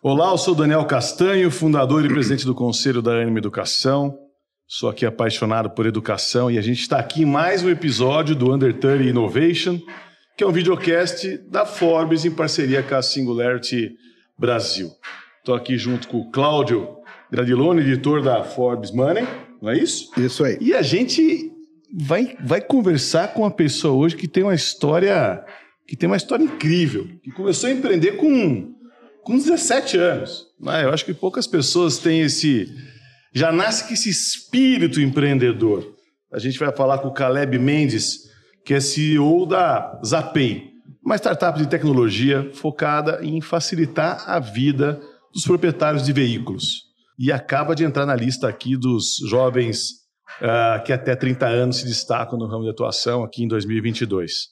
Olá, eu sou Daniel Castanho, fundador e presidente do Conselho da Ânima Educação. Sou aqui apaixonado por educação e a gente está aqui em mais um episódio do Under 30 Innovation, que é um videocast da Forbes em parceria com a Singularity Brasil. Estou aqui junto com o Cláudio Gradiloni, editor da Forbes Money, não é isso? Isso aí. E a gente vai conversar com uma pessoa hoje que tem uma história incrível, que começou a empreender com 17 anos. Eu acho que poucas pessoas têm já nasce com esse espírito empreendedor. A gente vai falar com o Caleb Mendes, que é CEO da Zapay, uma startup de tecnologia focada em facilitar a vida dos proprietários de veículos. E acaba de entrar na lista aqui dos jovens que até 30 anos se destacam no ramo de atuação aqui em 2022.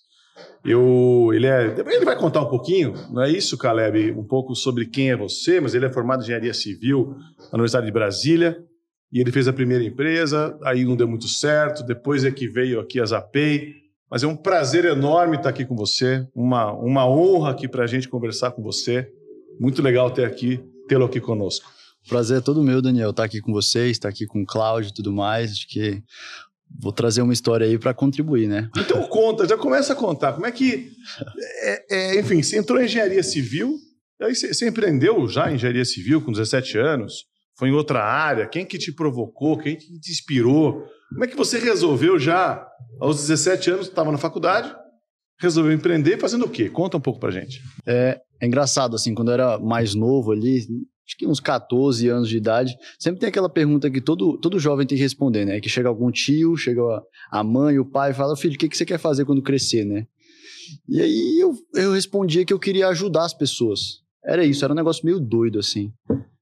Ele vai contar um pouquinho, não é isso, Caleb? Um pouco sobre quem é você, mas ele é formado em engenharia civil na Universidade de Brasília e ele fez a primeira empresa, aí não deu muito certo, depois é que veio aqui a Zapay, mas é um prazer enorme estar aqui com você, uma honra aqui para a gente conversar com você, muito legal tê-lo aqui conosco. Prazer é todo meu, Daniel, estar aqui com vocês, estar aqui com o Cláudio e tudo mais, acho que vou trazer uma história aí para contribuir, né? Então já começa a contar. Como é que... enfim, você entrou em engenharia civil, aí você empreendeu já em engenharia civil com 17 anos, foi em outra área, quem que te provocou, quem que te inspirou? Como é que você resolveu já, aos 17 anos, estava na faculdade, resolveu empreender fazendo o quê? Conta um pouco pra gente. É engraçado, assim, quando eu era mais novo ali, acho que uns 14 anos de idade, sempre tem aquela pergunta que todo jovem tem que responder, né? Que chega algum tio, chega a mãe, o pai, e fala, filho, o que você quer fazer quando crescer, né? E aí eu respondia que eu queria ajudar as pessoas. Era isso, era um negócio meio doido, assim.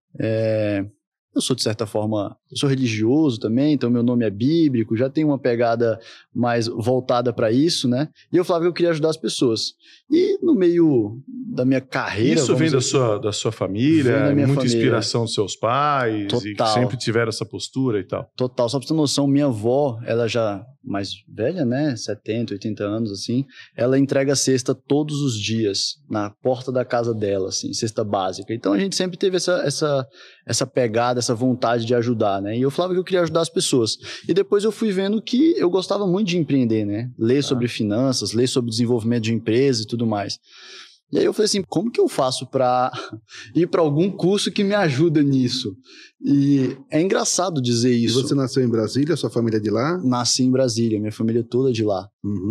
Eu sou, de certa forma, eu sou religioso também, então meu nome é bíblico, já tem uma pegada mais voltada para isso, né? E eu falava que eu queria ajudar as pessoas. E no meio da minha carreira... Isso vem da sua família, da minha muita família. Inspiração dos seus pais, Total. E que sempre tiveram essa postura e tal. Total, só pra você ter noção, minha avó, ela já mais velha, né? 70, 80 anos, assim, ela entrega cesta todos os dias na porta da casa dela, assim, cesta básica. Então a gente sempre teve essa pegada, essa vontade de ajudar, né? E eu falava que eu queria ajudar as pessoas. E depois eu fui vendo que eu gostava muito de empreender, né? Ler sobre finanças, ler sobre desenvolvimento de empresas e tudo mais. E aí eu falei assim, como que eu faço para ir para algum curso que me ajuda nisso? E é engraçado dizer isso. E você nasceu em Brasília, sua família é de lá? Nasci em Brasília, minha família toda é de lá. Uhum.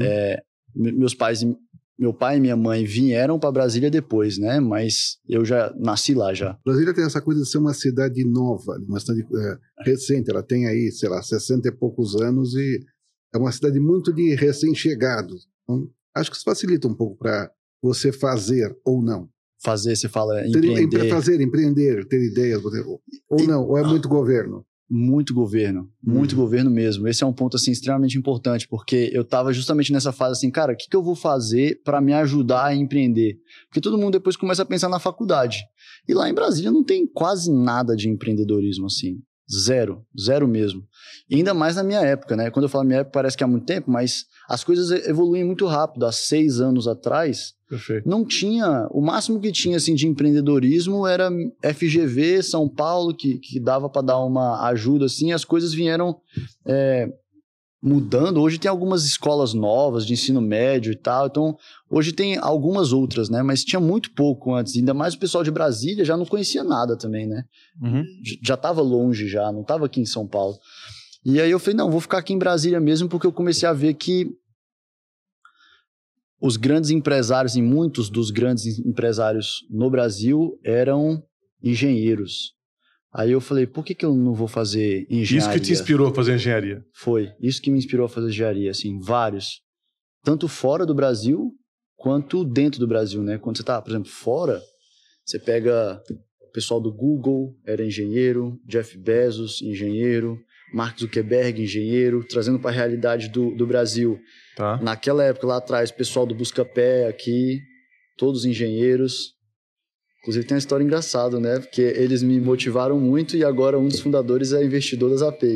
Meu pai e minha mãe vieram para Brasília depois, né? Mas eu já nasci lá já. Brasília tem essa coisa de ser uma cidade nova, uma cidade recente. Ela tem aí, sei lá, 60 e poucos anos e é uma cidade muito de recém-chegados. Então, acho que isso facilita um pouco para você fazer ou não. Fazer, você fala empreender. Fazer, empreender, ter ideias, ou é muito governo? Muito governo mesmo. Esse é um ponto, assim, extremamente importante, porque eu tava justamente nessa fase, assim, cara, o que eu vou fazer para me ajudar a empreender? Porque todo mundo depois começa a pensar na faculdade. E lá em Brasília não tem quase nada de empreendedorismo, assim. Zero mesmo. E ainda mais na minha época, né? Quando eu falo minha época parece que há muito tempo, mas as coisas evoluem muito rápido. Há 6 anos atrás, Perfeito. não tinha... O máximo que tinha, assim, de empreendedorismo era FGV, São Paulo, que dava para dar uma ajuda, assim. As coisas vieram mudando. Hoje tem algumas escolas novas de ensino médio e tal. Então, hoje tem algumas outras, né? Mas tinha muito pouco antes. Ainda mais o pessoal de Brasília já não conhecia nada também, né? Uhum. Já estava longe já, não estava aqui em São Paulo. E aí eu falei, não, vou ficar aqui em Brasília mesmo, porque eu comecei a ver que os grandes empresários, e muitos dos grandes empresários no Brasil eram engenheiros. Aí eu falei, por que eu não vou fazer engenharia? Isso que te inspirou a fazer engenharia? Foi, isso que me inspirou a fazer engenharia, assim, vários. Tanto fora do Brasil, quanto dentro do Brasil, né? Quando você tá, por exemplo, fora, você pega o pessoal do Google, era engenheiro, Jeff Bezos, engenheiro, Mark Zuckerberg, engenheiro, trazendo para a realidade do Brasil. Tá. Naquela época, lá atrás, o pessoal do Buscapé aqui, todos engenheiros. Inclusive tem uma história engraçada, né? Porque eles me motivaram muito e agora um dos fundadores é investidor da Zapay.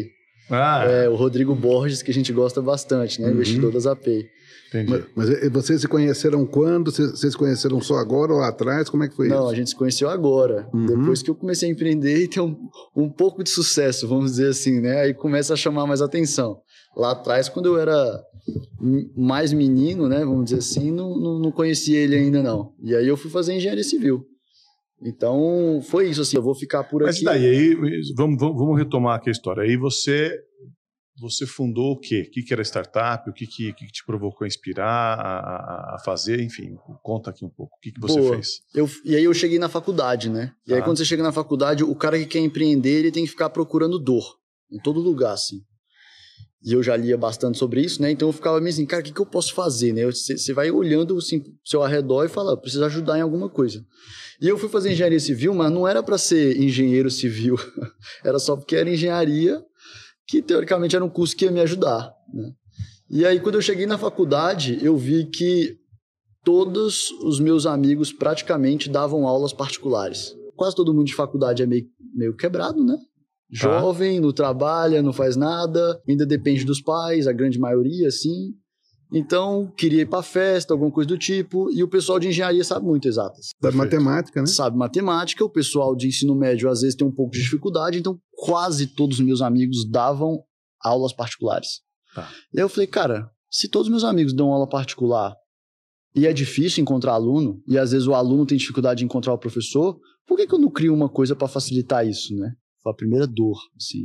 O Rodrigo Borges, que a gente gosta bastante, né? Investidor da Zapay. Entendi. Mas vocês se conheceram quando? Vocês se conheceram só agora ou lá atrás? Como é que foi isso? Não, a gente se conheceu agora. Depois que eu comecei a empreender e ter um pouco de sucesso, vamos dizer assim, né? Aí começa a chamar mais atenção. Lá atrás, quando eu era mais menino, né? Vamos dizer assim, não conhecia ele ainda não. E aí eu fui fazer engenharia civil. Então, foi isso, assim, eu vou ficar por aqui. Mas daí, aí, vamos retomar aqui a história. Aí você fundou o quê? O que era startup? O que te provocou a inspirar, a fazer? Enfim, conta aqui um pouco. O que você fez? E aí eu cheguei na faculdade, né? E aí quando você chega na faculdade, o cara que quer empreender, ele tem que ficar procurando dor. Em todo lugar, assim. E eu já lia bastante sobre isso, né? Então eu ficava meio assim, cara, o que eu posso fazer, né? Você vai olhando assim, seu arredor e fala, preciso ajudar em alguma coisa. E eu fui fazer engenharia civil, mas não era para ser engenheiro civil. Era só porque era engenharia, que teoricamente era um curso que ia me ajudar, né? E aí, quando eu cheguei na faculdade, eu vi que todos os meus amigos praticamente davam aulas particulares. Quase todo mundo de faculdade é meio quebrado, né? Jovem, não trabalha, não faz nada, ainda depende dos pais, a grande maioria, assim. Então, queria ir para festa, alguma coisa do tipo, e o pessoal de engenharia sabe muito exatas. Sabe matemática, né? Sabe matemática, o pessoal de ensino médio às vezes tem um pouco de dificuldade, então quase todos os meus amigos davam aulas particulares. E aí eu falei, cara, se todos os meus amigos dão aula particular e é difícil encontrar aluno, e às vezes o aluno tem dificuldade de encontrar o professor, por que eu não crio uma coisa para facilitar isso, né? Foi a primeira dor, assim.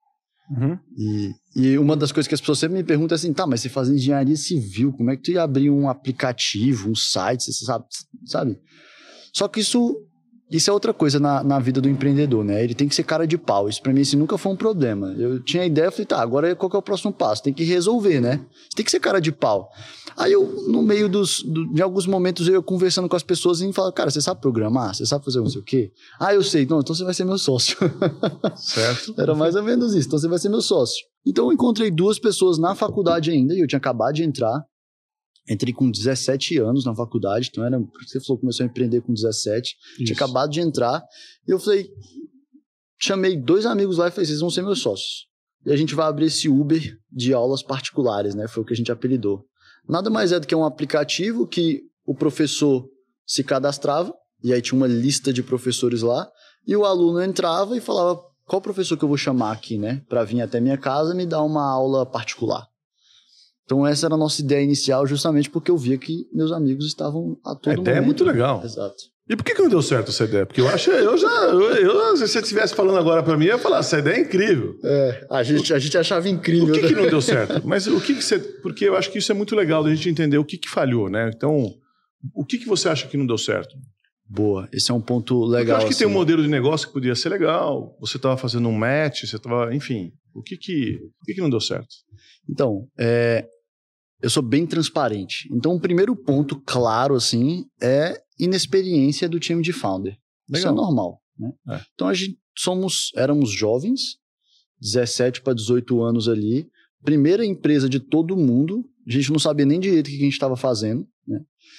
E uma das coisas que as pessoas sempre me perguntam é assim, tá, mas você faz engenharia civil, como é que tu ia abrir um aplicativo, um site, você sabe? Só que isso é outra coisa na vida do empreendedor, né? Ele tem que ser cara de pau. Isso pra mim assim, nunca foi um problema. Eu tinha a ideia, eu falei, tá, agora qual que é o próximo passo? Tem que resolver, né? Você tem que ser cara de pau. Aí eu, no meio de alguns momentos, eu ia conversando com as pessoas e falava, cara, você sabe programar? Você sabe fazer não sei o quê? Ah, eu sei. Não, então você vai ser meu sócio. Certo. Era mais ou menos isso. Então você vai ser meu sócio. Então eu encontrei 2 pessoas na faculdade ainda, e eu tinha acabado de entrar. Entrei com 17 anos na faculdade, então você falou que começou a empreender com 17. Isso. Tinha acabado de entrar. E eu falei, chamei 2 amigos lá e falei, vocês vão ser meus sócios. E a gente vai abrir esse Uber de aulas particulares, né? Foi o que a gente apelidou. Nada mais é do que um aplicativo que o professor se cadastrava, e aí tinha uma lista de professores lá, e o aluno entrava e falava, qual professor que eu vou chamar aqui, né? Para vir até minha casa e me dar uma aula particular. Então essa era a nossa ideia inicial, justamente porque eu via que meus amigos estavam a todo momento. A ideia é muito legal. Exato. E por que não deu certo essa ideia? Porque se você estivesse falando agora para mim, eu ia falar, essa ideia é incrível. A gente achava incrível. O que não deu certo? Mas o que você... Porque eu acho que isso é muito legal da gente entender o que falhou, né? Então, o que você acha que não deu certo? Boa, esse é um ponto legal. Porque eu acho que assim. tem um modelo de negócio que podia ser legal, você estava fazendo um match, você estava... Enfim, o que não deu certo? Então, eu sou bem transparente. Então, o primeiro ponto, claro, assim, é inexperiência do time de founder. Legal. Isso é normal, né? Então, éramos jovens, 17 para 18 anos ali, primeira empresa de todo mundo, a gente não sabia nem direito o que a gente estava fazendo, né?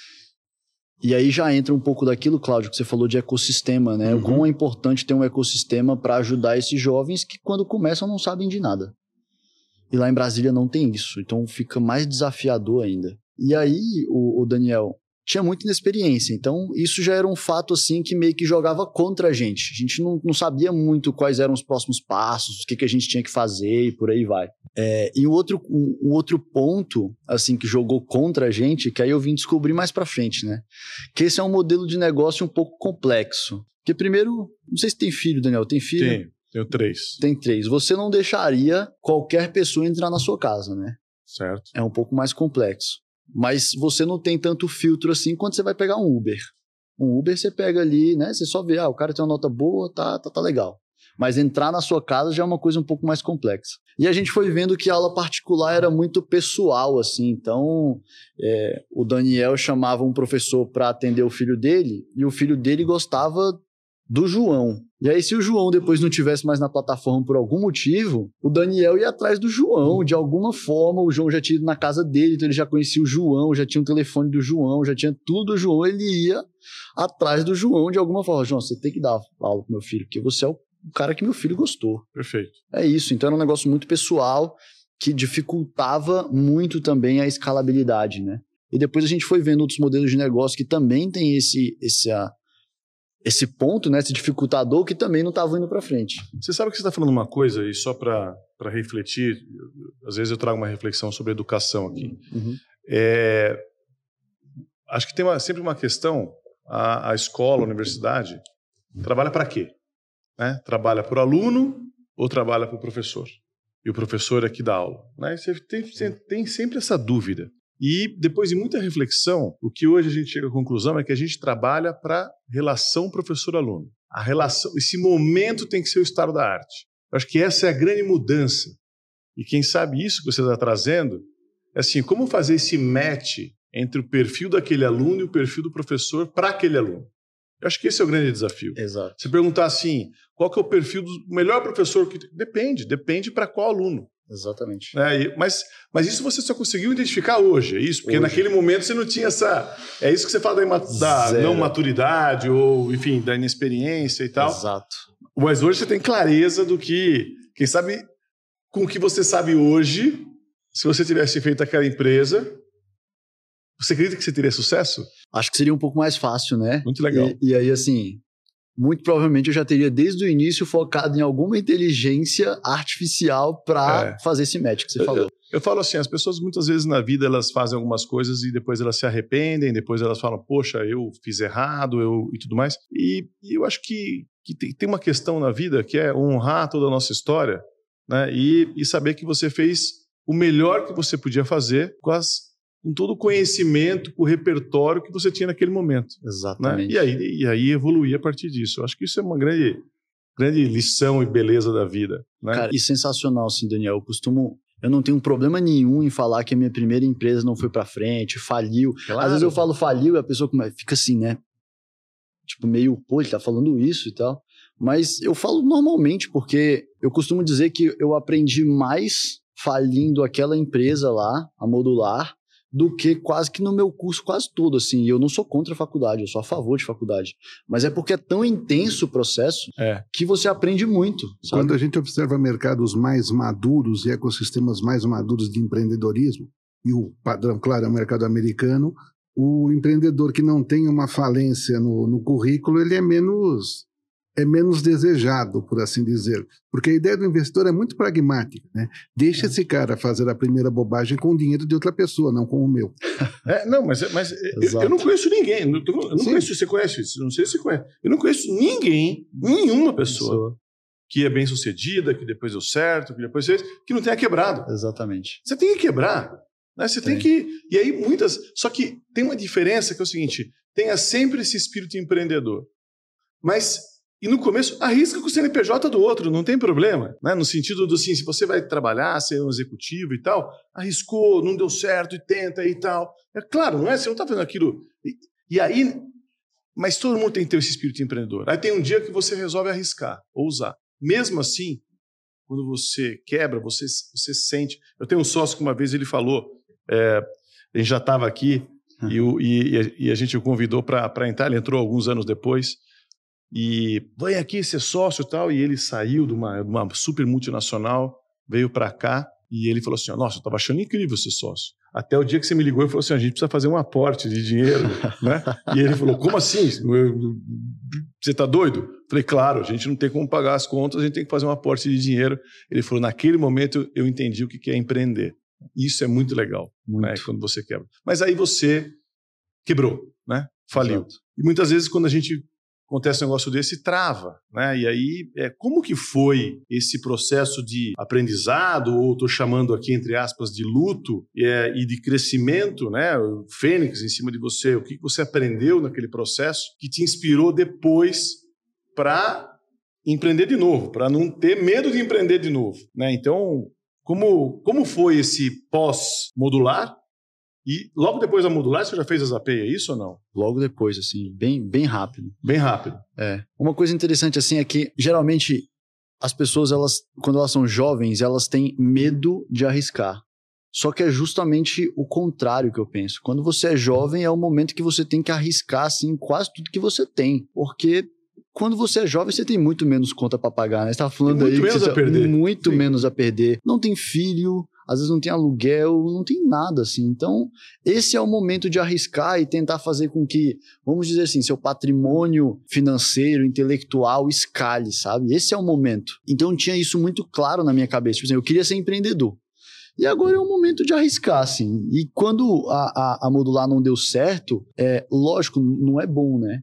E aí já entra um pouco daquilo, Cláudio, que você falou de ecossistema, né? O quão é importante ter um ecossistema para ajudar esses jovens que, quando começam, não sabem de nada. E lá em Brasília não tem isso, então fica mais desafiador ainda. E aí, o Daniel tinha muita inexperiência, então isso já era um fato assim que meio que jogava contra a gente. A gente não sabia muito quais eram os próximos passos, o que a gente tinha que fazer e por aí vai. E um outro ponto assim que jogou contra a gente, que aí eu vim descobrir mais pra frente, né? Que esse é um modelo de negócio um pouco complexo. Porque primeiro, não sei se tem filho, Daniel, tem filho? Tenho 3. Tem 3. Você não deixaria qualquer pessoa entrar na sua casa, né? Certo. É um pouco mais complexo. Mas você não tem tanto filtro assim quando você vai pegar um Uber. Um Uber você pega ali, né? Você só vê, o cara tem uma nota boa, tá legal. Mas entrar na sua casa já é uma coisa um pouco mais complexa. E a gente foi vendo que a aula particular era muito pessoal, assim. Então, o Daniel chamava um professor para atender o filho dele, e o filho dele gostava do João. E aí, se o João depois não tivesse mais na plataforma por algum motivo, o Daniel ia atrás do João. De alguma forma, o João já tinha ido na casa dele, então ele já conhecia o João, já tinha o telefone do João, já tinha tudo do João. Ele ia atrás do João de alguma forma. João, você tem que dar aula pro meu filho, porque você é o cara que meu filho gostou. Perfeito. É isso. Então era um negócio muito pessoal que dificultava muito também a escalabilidade, né? E depois a gente foi vendo outros modelos de negócio que também tem esse ponto, né? Esse dificultador que também não estava indo para frente. Você sabe que você está falando uma coisa, e só para refletir, às vezes eu trago uma reflexão sobre educação aqui. Uhum. Acho que tem sempre uma questão, a escola, a universidade, trabalha para quê? Né? Trabalha para o aluno ou trabalha para o professor? E o professor é que dá aula. Né? Você tem sempre essa dúvida. E depois de muita reflexão, o que hoje a gente chega à conclusão é que a gente trabalha para relação professor-aluno. A relação, esse momento tem que ser o estado da arte. Eu acho que essa é a grande mudança. E quem sabe isso que você está trazendo é assim, como fazer esse match entre o perfil daquele aluno e o perfil do professor para aquele aluno. Eu acho que esse é o grande desafio. Exato. Você perguntar assim, qual que é o perfil do melhor professor? Depende para qual aluno. Exatamente. Mas isso você só conseguiu identificar hoje, é isso? Porque hoje. Naquele momento você não tinha essa... É isso que você fala da não maturidade ou, enfim, da inexperiência e tal. Exato. Mas hoje você tem clareza do que... Quem sabe, com o que você sabe hoje, se você tivesse feito aquela empresa, você acredita que você teria sucesso? Acho que seria um pouco mais fácil, né? Muito legal. E aí, assim... Muito provavelmente eu já teria desde o início focado em alguma inteligência artificial para fazer esse match que você falou. Eu falo assim, as pessoas muitas vezes na vida elas fazem algumas coisas e depois elas se arrependem, depois elas falam, poxa, eu fiz errado e tudo mais. E eu acho que tem uma questão na vida que é honrar toda a nossa história, né? E saber que você fez o melhor que você podia fazer com todo o conhecimento, com o repertório que você tinha naquele momento. Exatamente. Né? E aí evoluir a partir disso. Eu acho que isso é uma grande lição e beleza da vida. Né? Cara, e sensacional, sim, Daniel. Eu não tenho problema nenhum em falar que a minha primeira empresa não foi pra frente, faliu. Claro. Às vezes eu falo faliu e a pessoa fica assim, né? Tipo, meio, pô, ele tá falando isso e tal. Mas eu falo normalmente, porque eu costumo dizer que eu aprendi mais falindo aquela empresa lá, a Modular, do que quase que no meu curso quase todo, assim. E eu não sou contra a faculdade, eu sou a favor de faculdade. Mas é porque é tão intenso o processo que você aprende muito, sabe? Quando a gente observa mercados mais maduros e ecossistemas mais maduros de empreendedorismo, e o padrão, claro, é o mercado americano, o empreendedor que não tem uma falência no currículo, ele é menos desejado, por assim dizer. Porque a ideia do investidor é muito pragmática, né? Deixa esse cara fazer a primeira bobagem com o dinheiro de outra pessoa, não com o meu. Mas eu não conheço ninguém. Eu não conheço, você conhece isso? Não sei se você conhece. Eu não conheço nenhuma pessoa que é bem sucedida, que depois deu certo, que depois fez, que não tenha quebrado. Exatamente. Você tem que quebrar. Né? Você tem que... E aí muitas... Só que tem uma diferença que é o seguinte, tenha sempre esse espírito empreendedor. Mas... E no começo, arrisca com o CNPJ do outro, não tem problema. Né? No sentido do assim, se você vai trabalhar, ser um executivo e tal, arriscou, não deu certo e tenta e tal. É claro, não é? Você não está fazendo aquilo. E aí, mas todo mundo tem que ter esse espírito empreendedor. Aí tem um dia que você resolve arriscar, ousar. Mesmo assim, quando você quebra, você sente... Eu tenho um sócio que uma vez ele falou, a gente já estava aqui e a gente o convidou para entrar, ele entrou alguns anos depois, e vem aqui ser sócio e tal, e ele saiu de uma super multinacional, veio para cá, e ele falou assim, nossa, eu estava achando incrível ser sócio. Até o dia que você me ligou e falou assim, a gente precisa fazer um aporte de dinheiro, né? E ele falou, como assim? Você está doido? Falei, claro, a gente não tem como pagar as contas, a gente tem que fazer um aporte de dinheiro. Ele falou, naquele momento eu entendi o que é empreender. Isso é muito legal, né? Quando você quebra. Mas aí você quebrou, né? Faliu. Exato. E muitas vezes quando a gente acontece um negócio desse, trava, né? E aí, como que foi esse processo de aprendizado, ou estou chamando aqui, entre aspas, de luto e de crescimento, né? O Fênix em cima de você, o que você aprendeu naquele processo que te inspirou depois para empreender de novo, para não ter medo de empreender de novo, né? Então, como foi esse pós-modular? E logo depois da modular, você já fez a Zapay, é isso ou não? Logo depois, assim, bem rápido. Bem rápido. Uma coisa interessante, assim, é que, geralmente, as pessoas, quando elas são jovens, elas têm medo de arriscar. Só que é justamente o contrário que eu penso. Quando você é jovem, é o momento que você tem que arriscar, assim, quase tudo que você tem. Porque quando você é jovem, você tem muito menos conta para pagar, né? Você tava falando muito aí menos que a perder. Muito Sim. menos a perder. Não tem filho, às vezes não tem aluguel, não tem nada assim. Então, esse é o momento de arriscar e tentar fazer com que, vamos dizer assim, seu patrimônio financeiro, intelectual escale, sabe? Esse é o momento. Então, tinha isso muito claro na minha cabeça. Tipo assim, eu queria ser empreendedor. E agora é o momento de arriscar, assim. E quando a modular não deu certo, lógico, não é bom, né?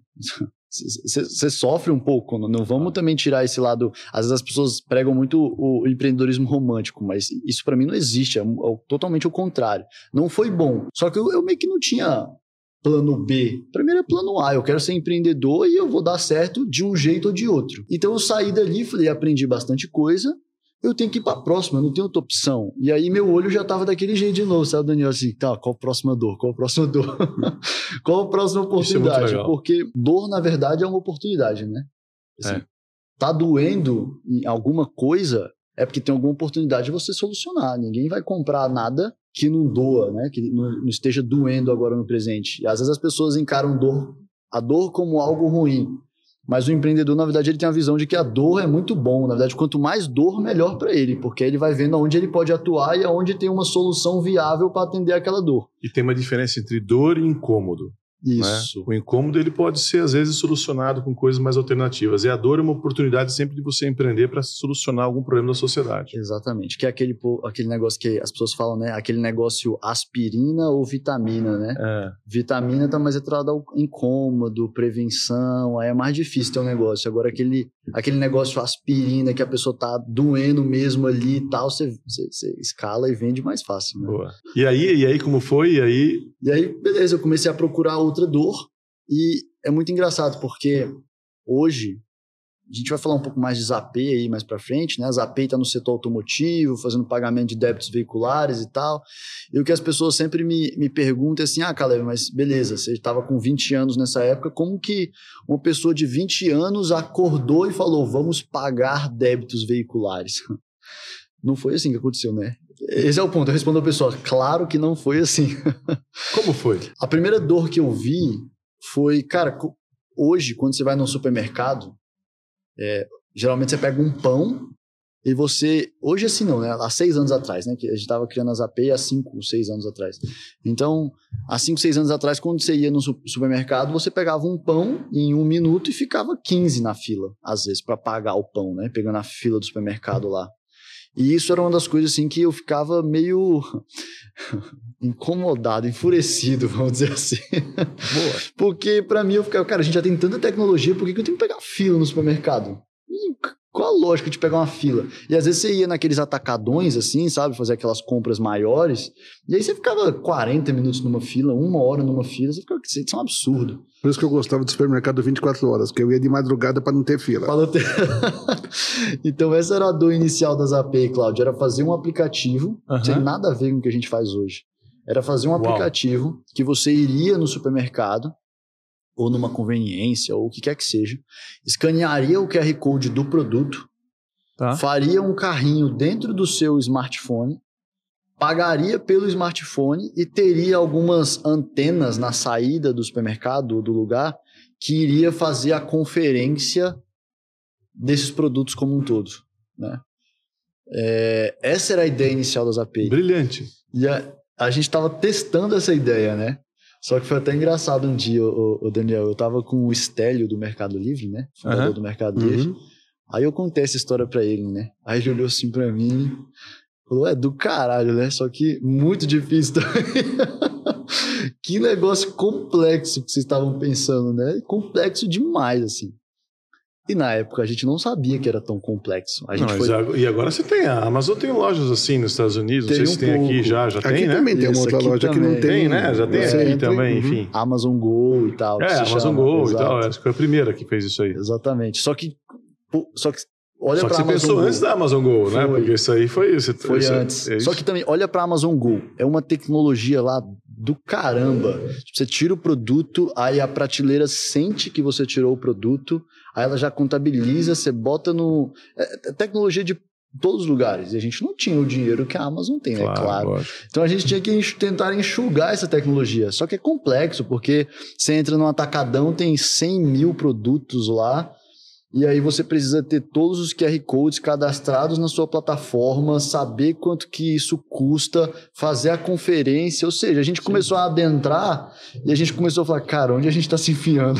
Você sofre um pouco, não vamos também tirar esse lado. Às vezes as pessoas pregam muito o empreendedorismo romântico, mas isso pra mim não existe, é totalmente o contrário. Não foi bom, só que eu meio que não tinha plano B. Primeiro é plano A, eu quero ser empreendedor e eu vou dar certo de um jeito ou de outro. Então eu saí dali, falei, aprendi bastante coisa, eu tenho que ir pra próxima, eu não tenho outra opção. E aí meu olho já tava daquele jeito de novo, sabe, Daniel? Assim, tá, qual a próxima dor? Qual a próxima dor? Qual a próxima oportunidade? Porque dor, na verdade, é uma oportunidade, né? Assim, tá doendo em alguma coisa, é porque tem alguma oportunidade de você solucionar. Ninguém vai comprar nada que não doa, né? Que não esteja doendo agora no presente. E às vezes as pessoas encaram a dor como algo ruim. Mas o empreendedor, na verdade, ele tem a visão de que a dor é muito bom. Na verdade, quanto mais dor, melhor para ele, porque ele vai vendo onde ele pode atuar e aonde tem uma solução viável para atender aquela dor. E tem uma diferença entre dor e incômodo. Isso. Né? O incômodo ele pode ser, às vezes, solucionado com coisas mais alternativas. E a dor é uma oportunidade sempre de você empreender para solucionar algum problema da sociedade. Exatamente. Que é aquele negócio que as pessoas falam, né? Aquele negócio aspirina ou vitamina, né? Vitamina tá mais atrelada ao incômodo, prevenção, aí é mais difícil ter um negócio. Agora, aquele negócio aspirina que a pessoa tá doendo mesmo ali e tal, você escala e vende mais fácil, né? Boa. E aí, como foi? E aí, beleza, eu comecei a procurar outra dor e é muito engraçado porque hoje a gente vai falar um pouco mais de Zapay aí mais pra frente, né? A Zapay tá no setor automotivo, fazendo pagamento de débitos veiculares e tal. E o que as pessoas sempre me perguntam é assim, Caleb, mas beleza, você estava com 20 anos nessa época, como que uma pessoa de 20 anos acordou e falou, vamos pagar débitos veiculares? Não foi assim que aconteceu, né? Esse é o ponto. Eu respondo ao pessoal, claro que não foi assim. Como foi? A primeira dor que eu vi foi, cara, hoje, quando você vai num supermercado, geralmente você pega um pão e você... Hoje assim não, né? Há 6 anos atrás, né? Que a gente estava criando a Zapay há 5 ou 6 anos atrás. Então, há 5, 6 anos atrás, quando você ia no supermercado, você pegava um pão em 1 minuto e ficava 15 na fila, às vezes, para pagar o pão, né? Pegando a fila do supermercado lá. E isso era uma das coisas assim que eu ficava meio incomodado, enfurecido, vamos dizer assim. Boa. Porque pra mim eu ficava, cara, a gente já tem tanta tecnologia, por que eu tenho que pegar fila no supermercado? Qual a lógica de pegar uma fila? E às vezes você ia naqueles atacadões assim, sabe? Fazer aquelas compras maiores. E aí você ficava 40 minutos numa fila, 1 hora numa fila. Você ficava, isso é um absurdo. Por isso que eu gostava do supermercado 24 horas, porque eu ia de madrugada para não ter fila. Então essa era a dor inicial da Zapay, Cláudio. Era fazer um aplicativo, não tem nada a ver com o que a gente faz hoje. Era fazer um aplicativo que você iria no supermercado, ou numa conveniência, ou o que quer que seja, escanearia o QR Code do produto, faria um carrinho dentro do seu smartphone, pagaria pelo smartphone e teria algumas antenas na saída do supermercado ou do lugar que iria fazer a conferência desses produtos como um todo, né? Essa era a ideia inicial da Zapay. Brilhante. E a gente estava testando essa ideia, né? Só que foi até engraçado um dia, o Daniel, eu tava com o Stélio do Mercado Livre, né? Fundador do Mercado Livre. Aí eu contei essa história pra ele, né? Aí ele olhou assim pra mim, falou, do caralho, né? Só que muito difícil também. Que negócio complexo que vocês estavam pensando, né? Complexo demais, assim. E na época a gente não sabia que era tão complexo. E agora você tem, a Amazon tem lojas assim nos Estados Unidos, não sei se tem aqui já tem, aqui né? Também tem uma outra loja que não tem, né? Já tem aqui também, enfim. Amazon Go e tal. Amazon Go e tal, acho que foi a primeira que fez isso aí. Exatamente. Só que olha Só que você Amazon pensou Go. Antes da Amazon Go, né? Porque isso aí foi isso. Foi antes. Só que também, olha pra Amazon Go. É uma tecnologia lá do caramba. Tipo, você tira o produto, aí a prateleira sente que você tirou o produto, aí ela já contabiliza, você bota no... É tecnologia de todos os lugares. E a gente não tinha o dinheiro que a Amazon tem, né? Claro. Então a gente tinha que tentar enxugar essa tecnologia. Só que é complexo, porque você entra num atacadão, tem 100 mil produtos lá, E aí você precisa ter todos os QR Codes cadastrados na sua plataforma, saber quanto que isso custa, fazer a conferência. Ou seja, a gente começou a adentrar e a gente começou a falar, cara, onde a gente está se enfiando?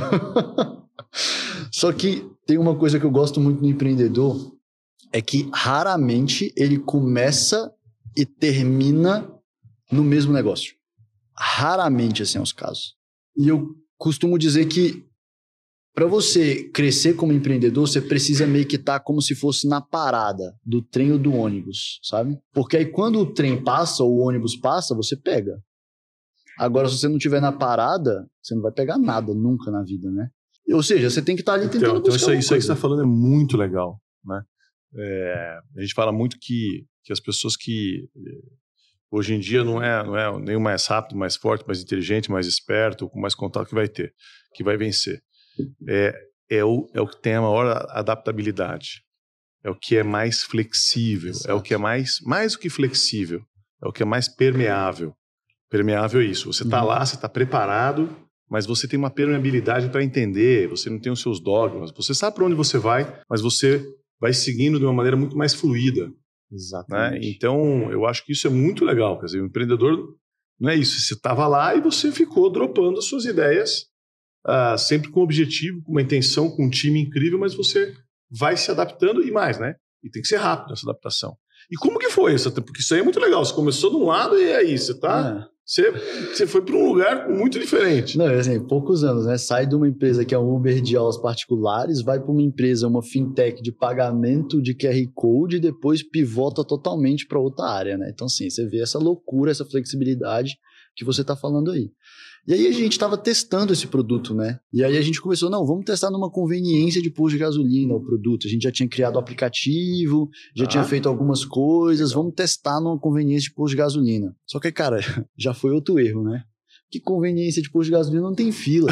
Só que tem uma coisa que eu gosto muito no empreendedor, é que raramente ele começa e termina no mesmo negócio. Raramente, assim, é os casos. E eu costumo dizer que para você crescer como empreendedor, você precisa meio que estar como se fosse na parada do trem ou do ônibus, sabe? Porque aí quando o trem passa ou o ônibus passa, você pega. Agora, se você não estiver na parada, você não vai pegar nada nunca na vida, né? Ou seja, você tem que estar ali tentando buscar isso aí que você coisa. está falando é muito legal, né? A gente fala muito que as pessoas que hoje em dia não é nem o mais rápido, mais forte, mais inteligente, mais esperto, com mais contato que vai ter, que vai vencer. É o que tem a maior adaptabilidade, é o que é mais flexível, Exato. É o que é mais do que flexível, é o que é mais permeável. Permeável é isso, você está lá, você está preparado, mas você tem uma permeabilidade para entender, você não tem os seus dogmas, você sabe para onde você vai, mas você vai seguindo de uma maneira muito mais fluida. Exatamente. Né? Então, eu acho que isso é muito legal, quer dizer, o empreendedor não é isso, você estava lá e você ficou dropando as suas ideias, sempre com um objetivo, com uma intenção, com um time incrível, mas você vai se adaptando e mais, né? E tem que ser rápido essa adaptação. E como que foi isso? Porque isso aí é muito legal. Você começou de um lado e aí você tá... Você foi para um lugar muito diferente. Não, assim, poucos anos, né? Sai de uma empresa que é um Uber de aulas particulares, vai para uma empresa, uma fintech de pagamento de QR Code e depois pivota totalmente para outra área, né? Então, assim, você vê essa loucura, essa flexibilidade que você está falando aí. E aí a gente estava testando esse produto, né? E aí a gente começou, não, vamos testar numa conveniência de posto de gasolina o produto. A gente já tinha criado o aplicativo, já tinha feito algumas coisas, vamos testar numa conveniência de posto de gasolina. Só que, cara, já foi outro erro, né? Que conveniência de posto de gasolina não tem fila.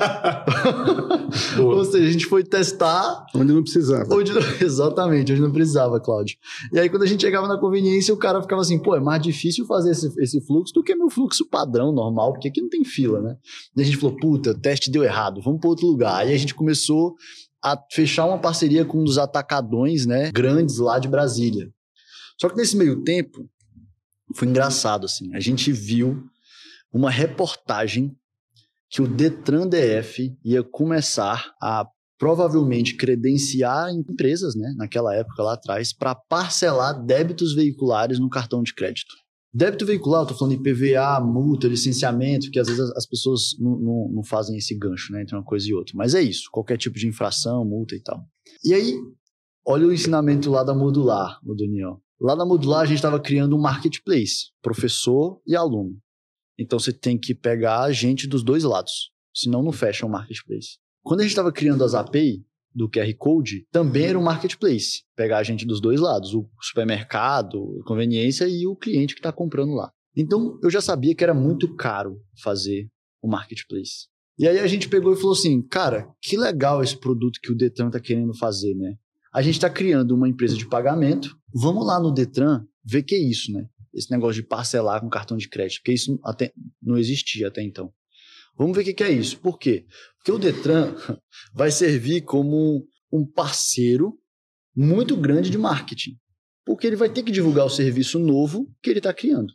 Ou seja, a gente foi testar... Onde não precisava. Exatamente, onde não precisava, Cláudio. E aí, quando a gente chegava na conveniência, o cara ficava assim, pô, é mais difícil fazer esse fluxo do que meu fluxo padrão, normal, porque aqui não tem fila, né? E a gente falou, puta, o teste deu errado, vamos para outro lugar. Aí a gente começou a fechar uma parceria com um dos atacadões, né, grandes lá de Brasília. Só que nesse meio tempo, foi engraçado, assim, a gente viu uma reportagem que o Detran DF ia começar a provavelmente credenciar empresas, né, naquela época lá atrás, para parcelar débitos veiculares no cartão de crédito. Débito veicular, eu estou falando de IPVA, multa, licenciamento, que às vezes as pessoas não fazem esse gancho, né, entre uma coisa e outra. Mas é isso, qualquer tipo de infração, multa e tal. E aí, olha o ensinamento lá da Modular, o Daniel. Lá na Modular a gente estava criando um marketplace, professor e aluno. Então você tem que pegar a gente dos dois lados, senão não fecha o marketplace. Quando a gente estava criando as API do QR Code, também era um marketplace, pegar a gente dos dois lados, o supermercado, a conveniência e o cliente que está comprando lá. Então eu já sabia que era muito caro fazer o marketplace. E aí a gente pegou e falou assim, cara, que legal esse produto que o Detran está querendo fazer, né? A gente está criando uma empresa de pagamento, vamos lá no Detran ver que é isso, né? Esse negócio de parcelar com cartão de crédito, porque isso até não existia até então. Vamos ver o que é isso. Por quê? Porque o Detran vai servir como um parceiro muito grande de marketing, porque ele vai ter que divulgar o serviço novo que ele está criando.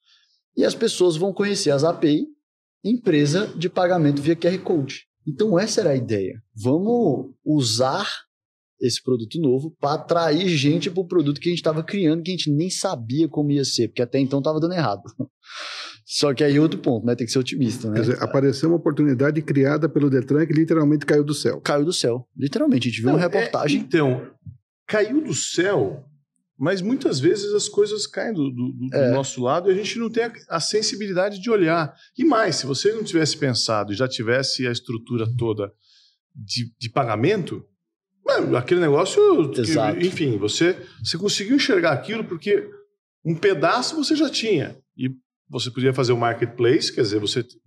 E as pessoas vão conhecer as API, empresa de pagamento via QR Code. Então essa era a ideia. Vamos usar esse produto novo para atrair gente para o produto que a gente estava criando, que a gente nem sabia como ia ser, porque até então estava dando errado. Só que aí outro ponto, né? Tem que ser otimista, né? Quer dizer, apareceu uma oportunidade criada pelo Detran que literalmente caiu do céu. Caiu do céu, literalmente. A gente viu uma reportagem. Então, caiu do céu, mas muitas vezes as coisas caem do nosso lado e a gente não tem a sensibilidade de olhar. E mais, se você não tivesse pensado e já tivesse a estrutura toda de pagamento... aquele negócio, enfim, você conseguiu enxergar aquilo porque um pedaço você já tinha e você podia fazer o marketplace, quer dizer,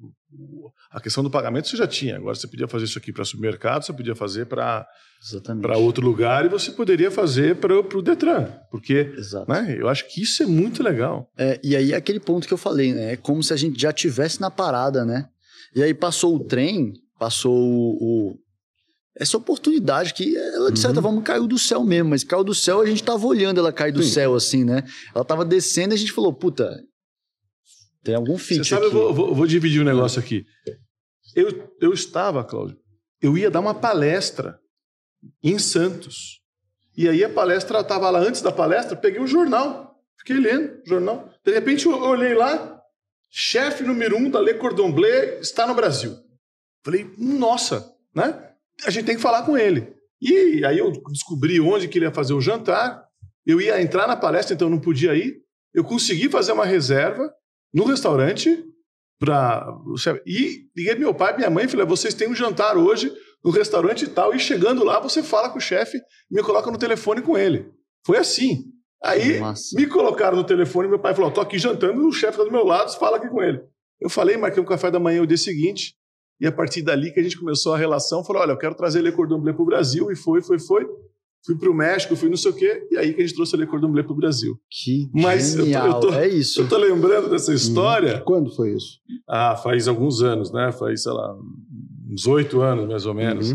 a questão do pagamento você já tinha, agora você podia fazer isso aqui para supermercado, você podia fazer para outro lugar e você poderia fazer para o Detran, porque né, eu acho que isso é muito legal. E aí aquele ponto que eu falei, né, é como se a gente já estivesse na parada, né, e aí passou o trem, passou essa oportunidade que é ela, de certa forma, caiu do céu mesmo, mas caiu do céu, a gente tava olhando ela cair do céu, assim, né? Ela tava descendo e a gente falou, puta, tem algum fit aqui. Você sabe, eu vou dividir um negócio aqui. Eu estava, Cláudio, eu ia dar uma palestra em Santos. E aí a palestra estava lá, antes da palestra, peguei um jornal, fiquei lendo o jornal. De repente eu olhei lá, chefe número 1 da Le Cordon Bleu está no Brasil. Falei, nossa, né? A gente tem que falar com ele. E aí eu descobri onde que ele ia fazer o jantar, eu ia entrar na palestra, então eu não podia ir. Eu consegui fazer uma reserva no restaurante para o chefe. E liguei meu pai e minha mãe e falei, vocês têm um jantar hoje no restaurante e tal, e chegando lá você fala com o chefe e me coloca no telefone com ele. Foi assim. Aí me colocaram no telefone e meu pai falou, tô aqui jantando, o chefe está do meu lado, fala aqui com ele. Eu falei, marquei um café da manhã o dia seguinte, e a partir dali que a gente começou a relação, falou, olha, eu quero trazer Le Cordon Bleu para o Brasil, e foi. Fui para o México, fui não sei o quê, e aí que a gente trouxe a Le Cordon Bleu para o Brasil. Que genial, é isso. Eu tô lembrando dessa história. Quando foi isso? Faz alguns anos, né? Faz, sei lá, uns 8 anos, mais ou menos.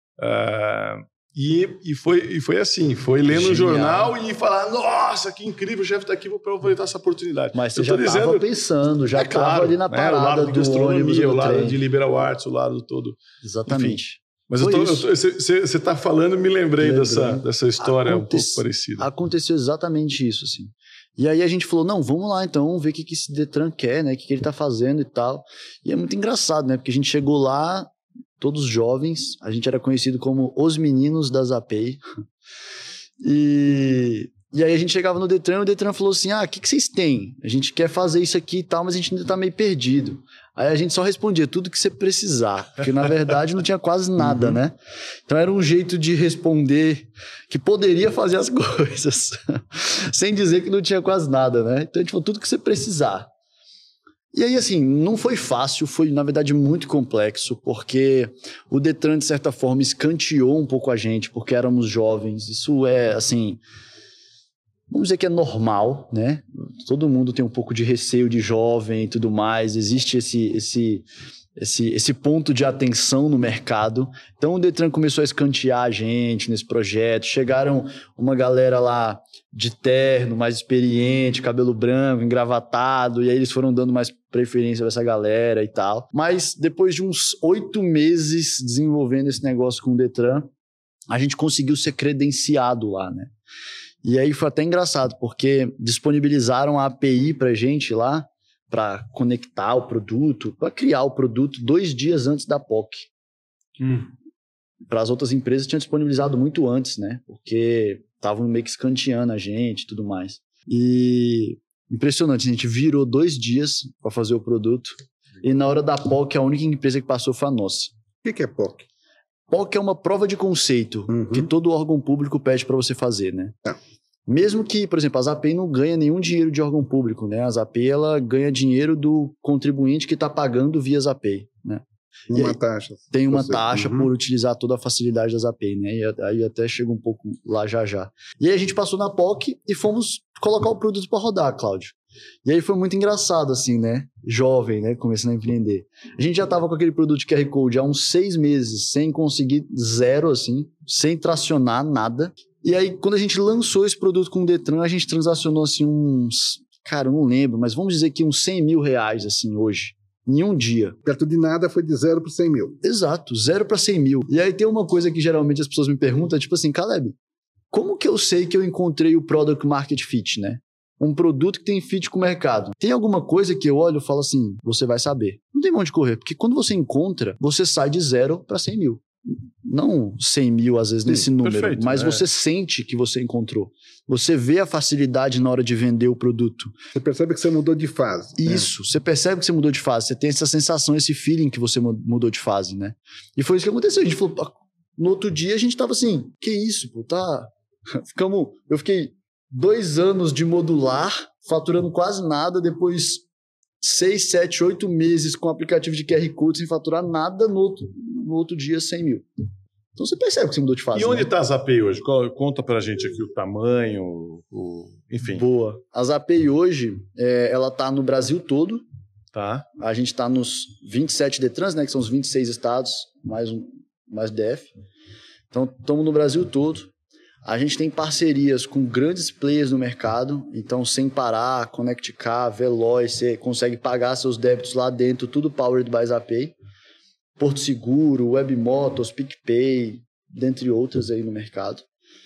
E foi assim, foi lendo o jornal e falar, nossa, que incrível, o chefe está aqui, vou aproveitar essa oportunidade. Mas você já estava pensando, já estava ali na parada, o lado de gastronomia, o lado trem. de liberal arts, o lado todo. Exatamente. Enfim. Mas você está falando, me lembrei dessa história um pouco parecida. Aconteceu exatamente isso, assim. E aí a gente falou, não, vamos lá então, vamos ver o que esse Detran quer, né? O que ele tá fazendo e tal. E é muito engraçado, né? Porque a gente chegou lá, todos jovens, a gente era conhecido como os meninos da Zapay. E aí a gente chegava no Detran e o Detran falou assim, o que vocês têm? A gente quer fazer isso aqui e tal, mas a gente ainda tá meio perdido. Aí a gente só respondia tudo que você precisar, porque na verdade não tinha quase nada, né? Então era um jeito de responder que poderia fazer as coisas, sem dizer que não tinha quase nada, né? Então a gente falou tudo que você precisar. E aí, assim, não foi fácil, foi, na verdade, muito complexo, porque o Detran, de certa forma, escanteou um pouco a gente, porque éramos jovens. Isso é, assim, vamos dizer que é normal, né? Todo mundo tem um pouco de receio de jovem e tudo mais, existe esse ponto de atenção no mercado. Então, o Detran começou a escantear a gente nesse projeto, chegaram uma galera lá de terno, mais experiente, cabelo branco, engravatado, e aí eles foram dando mais preferência para essa galera e tal. Mas depois de uns 8 meses desenvolvendo esse negócio com o Detran, a gente conseguiu ser credenciado lá, né? E aí foi até engraçado, porque disponibilizaram a API pra gente lá, para conectar o produto, para criar o produto 2 dias antes da POC. Para as outras empresas tinham disponibilizado muito antes, né? Porque estavam meio que escanteando a gente e tudo mais. E impressionante, a gente virou 2 dias para fazer o produto. E na hora da POC, a única empresa que passou foi a nossa. O que é POC? POC é uma prova de conceito que todo órgão público pede para você fazer, né? Mesmo que, por exemplo, a Zapay não ganha nenhum dinheiro de órgão público, né? A Zapay, ela ganha dinheiro do contribuinte que está pagando via Zapay, né? Uma taxa. Tem uma taxa por utilizar toda a facilidade da Zapay, né? E aí até chega um pouco lá já. E aí a gente passou na POC e fomos colocar o produto para rodar, Cláudio. E aí foi muito engraçado, assim, né? Jovem, né? Começando a empreender. A gente já tava com aquele produto QR Code há uns 6 meses, sem conseguir zero, assim, sem tracionar nada. E aí, quando a gente lançou esse produto com o Detran, a gente transacionou, assim, cara, eu não lembro, mas vamos dizer que uns 100 mil reais, assim, hoje. Em um dia. Perto de nada foi de 0 para 100 mil. Exato, 0 para 100 mil. E aí tem uma coisa que geralmente as pessoas me perguntam, tipo assim, Caleb, como que eu sei que eu encontrei o Product Market Fit, né? Um produto que tem fit com o mercado. Tem alguma coisa que eu olho e falo assim, você vai saber. Não tem onde correr, porque quando você encontra, você sai de 0 para 100 mil. Não 100 mil, às vezes, nesse número, perfeito, mas você sente que você encontrou. Você vê a facilidade na hora de vender o produto. Você percebe que você mudou de fase. Isso, você percebe que você mudou de fase. Você tem essa sensação, esse feeling que você mudou de fase, né? E foi isso que aconteceu. A gente falou, no outro dia a gente tava assim, que isso, pô, tá... Eu fiquei 2 anos de modular, faturando quase nada, depois 6, 7, 8 meses com aplicativo de QR Code sem faturar nada, no outro dia 100 mil. Então você percebe que você mudou de fase. E onde está a Zapay hoje? Conta pra gente aqui o tamanho, enfim. Boa. A Zapay hoje, ela tá no Brasil todo. Tá. A gente tá nos 27 Detrans, né, que são os 26 estados, mais DF. Então, estamos no Brasil todo. A gente tem parcerias com grandes players no mercado. Então, Sem Parar, Connect Car, Veloz, você consegue pagar seus débitos lá dentro, tudo powered by Zapay. Porto Seguro, Webmotors, PicPay, dentre outras aí no mercado.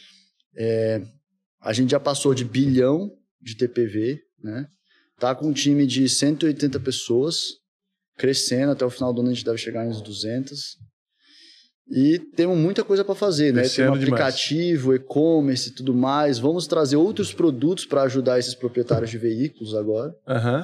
A gente já passou de 1 bilhão de TPV, né? Tá com um time de 180 pessoas, crescendo. Até o final do ano a gente deve chegar uns 200. E temos muita coisa para fazer, né? Tem um aplicativo, e-commerce e tudo mais. Vamos trazer outros produtos para ajudar esses proprietários de veículos agora.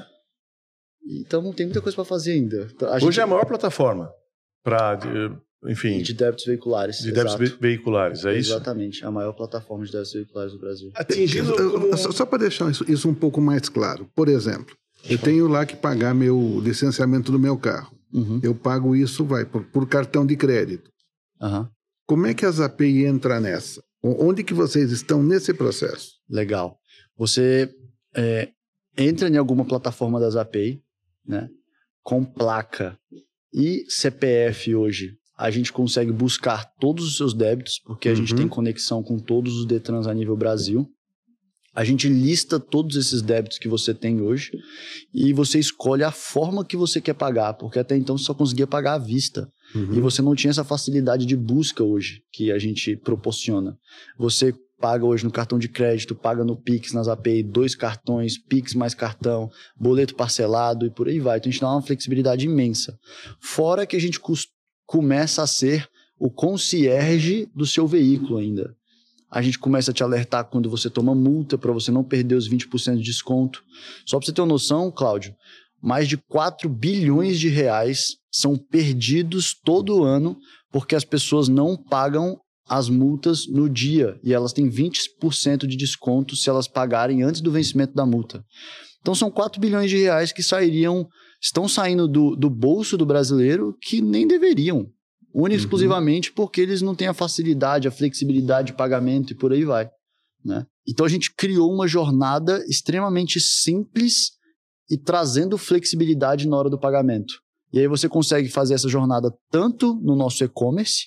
Então tem muita coisa para fazer ainda. Hoje é a maior plataforma para, enfim... De débitos veiculares. De débitos veiculares, é isso? Exatamente, a maior plataforma de débitos veiculares do Brasil. Só para deixar isso um pouco mais claro. Por exemplo, eu tenho lá que pagar meu licenciamento do meu carro. Eu pago isso, por cartão de crédito. Como é que a Zapay entra nessa? Onde que vocês estão nesse processo? Legal. Você entra em alguma plataforma da Zapay, né, com placa e CPF hoje. A gente consegue buscar todos os seus débitos, porque a gente tem conexão com todos os Detrans a nível Brasil. A gente lista todos esses débitos que você tem hoje e você escolhe a forma que você quer pagar, porque até então você só conseguia pagar à vista. E você não tinha essa facilidade de busca hoje que a gente proporciona. Você paga hoje no cartão de crédito, paga no Pix, na Zapay, 2 cartões, Pix mais cartão, boleto parcelado e por aí vai. Então a gente dá uma flexibilidade imensa. Fora que a gente começa a ser o concierge do seu veículo ainda. A gente começa a te alertar quando você toma multa para você não perder os 20% de desconto. Só para você ter uma noção, Cláudio, mais de 4 bilhões de reais são perdidos todo ano porque as pessoas não pagam as multas no dia e elas têm 20% de desconto se elas pagarem antes do vencimento da multa. Então são 4 bilhões de reais que estão saindo do bolso do brasileiro que nem deveriam. Única e exclusivamente porque eles não têm a facilidade, a flexibilidade de pagamento e por aí vai, né? Então a gente criou uma jornada extremamente simples e trazendo flexibilidade na hora do pagamento. E aí você consegue fazer essa jornada tanto no nosso e-commerce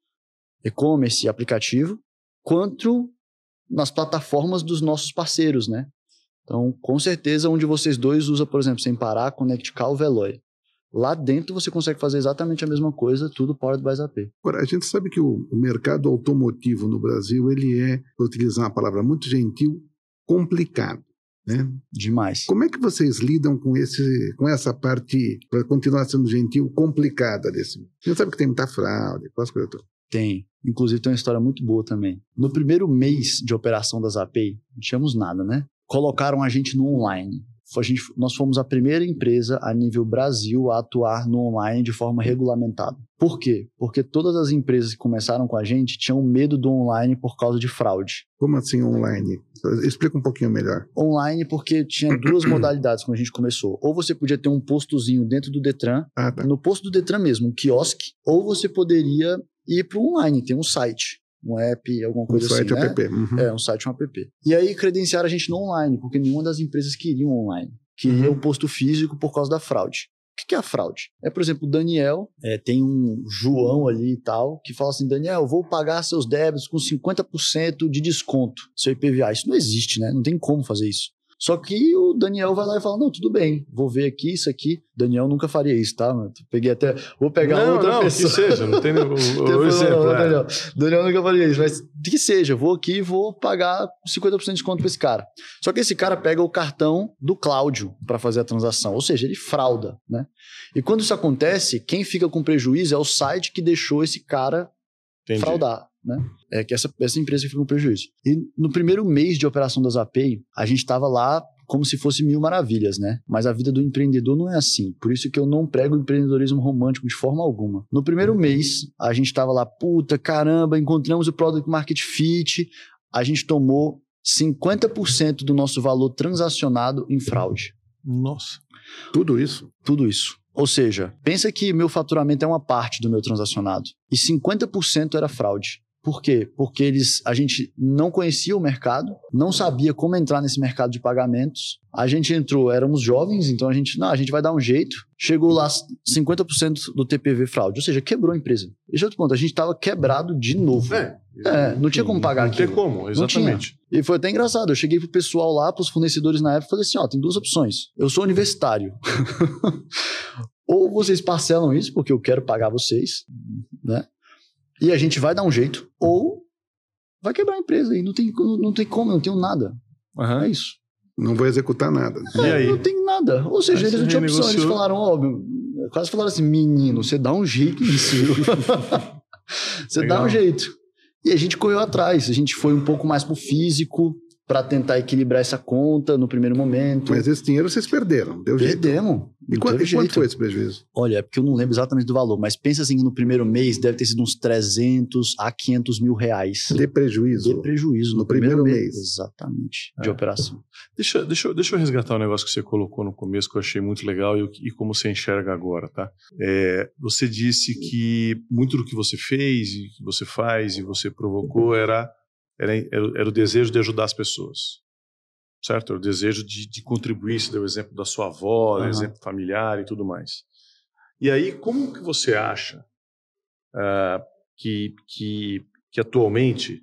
e aplicativo, quanto nas plataformas dos nossos parceiros, né? Então, com certeza, onde vocês dois usam, por exemplo, Sem Parar, Connect Car ou Veloy. Lá dentro você consegue fazer exatamente a mesma coisa, tudo powered by Zapay. Agora, a gente sabe que o mercado automotivo no Brasil, ele é, vou utilizar uma palavra muito gentil, complicado, né? Demais. Como é que vocês lidam com essa parte, para continuar sendo gentil, complicada desse? A gente sabe que tem muita fraude, quase coisa toda. Tem. Inclusive tem uma história muito boa também. No primeiro mês de operação da Zapay, não tínhamos nada, né? Colocaram a gente no online. Nós fomos a primeira empresa a nível Brasil a atuar no online de forma regulamentada. Por quê? Porque todas as empresas que começaram com a gente tinham medo do online por causa de fraude. Como assim online? Explica um pouquinho melhor. Online porque tinha 2 modalidades quando a gente começou. Ou você podia ter um postozinho dentro do Detran, no posto do Detran mesmo, um quiosque, ou você poderia ir para o online, tem um site. Um app, alguma coisa assim, né? App. Um site, um app. E aí credenciaram a gente no online, porque nenhuma das empresas queria online. Queria o posto físico por causa da fraude. O que é a fraude? Por exemplo, o Daniel, tem um João ali e tal, que fala assim, Daniel, vou pagar seus débitos com 50% de desconto, seu IPVA. Isso não existe, né? Não tem como fazer isso. Só que o Daniel vai lá e fala, não, tudo bem, vou ver aqui, isso aqui. Daniel nunca faria isso, tá? Vou pegar outra pessoa. Que seja, não tem o exemplo. Daniel nunca faria isso, mas que seja, vou aqui e vou pagar 50% de desconto para esse cara. Só que esse cara pega o cartão do Cláudio para fazer a transação, ou seja, ele frauda, né? E quando isso acontece, quem fica com prejuízo é o site que deixou esse cara fraudar, né? É que essa empresa fica com prejuízo. E no primeiro mês de operação da Zapay, a gente estava lá como se fosse 1000 maravilhas, né? Mas a vida do empreendedor não é assim. Por isso que eu não prego empreendedorismo romântico de forma alguma. No primeiro mês, a gente estava lá, puta, caramba, encontramos o Product Market Fit, a gente tomou 50% do nosso valor transacionado em fraude. Nossa. Tudo isso? Tudo isso. Ou seja, pensa que meu faturamento é uma parte do meu transacionado. E 50% era fraude. Por quê? Porque a gente não conhecia o mercado, não sabia como entrar nesse mercado de pagamentos. A gente entrou, éramos jovens, então a gente vai dar um jeito. Chegou lá 50% do TPV fraude, ou seja, quebrou a empresa. Esse é outro ponto, a gente estava quebrado de novo. Não tinha como pagar aquilo. Não tem como, exatamente. E foi até engraçado, eu cheguei pro pessoal lá, pros fornecedores na época, e falei assim, tem 2 opções. Eu sou universitário. Ou vocês parcelam isso, porque eu quero pagar vocês, né? E a gente vai dar um jeito, ou vai quebrar a empresa e não tem como, não tenho nada. É isso. Não vou executar nada. E aí? Não tem nada. Ou seja, eles não tinham opção. Eles falaram, quase falaram assim, menino, você dá um jeito nisso. Você dá um jeito. E a gente correu atrás. A gente foi um pouco mais pro físico para tentar equilibrar essa conta no primeiro momento. Mas esse dinheiro vocês perderam, deu jeito. Perdemos. E quanto foi esse prejuízo? Olha, é porque eu não lembro exatamente do valor, mas pensa assim que no primeiro mês deve ter sido uns 300 a 500 mil reais. De prejuízo? De prejuízo. No primeiro mês. Exatamente, de operação. Deixa eu resgatar um negócio que você colocou no começo que eu achei muito legal e como você enxerga agora, tá? Você disse que muito do que você fez e que você faz e você provocou era o desejo de ajudar as pessoas, certo? Era o desejo de contribuir. Você deu o exemplo da sua avó, o exemplo familiar e tudo mais. E aí, como que você acha que atualmente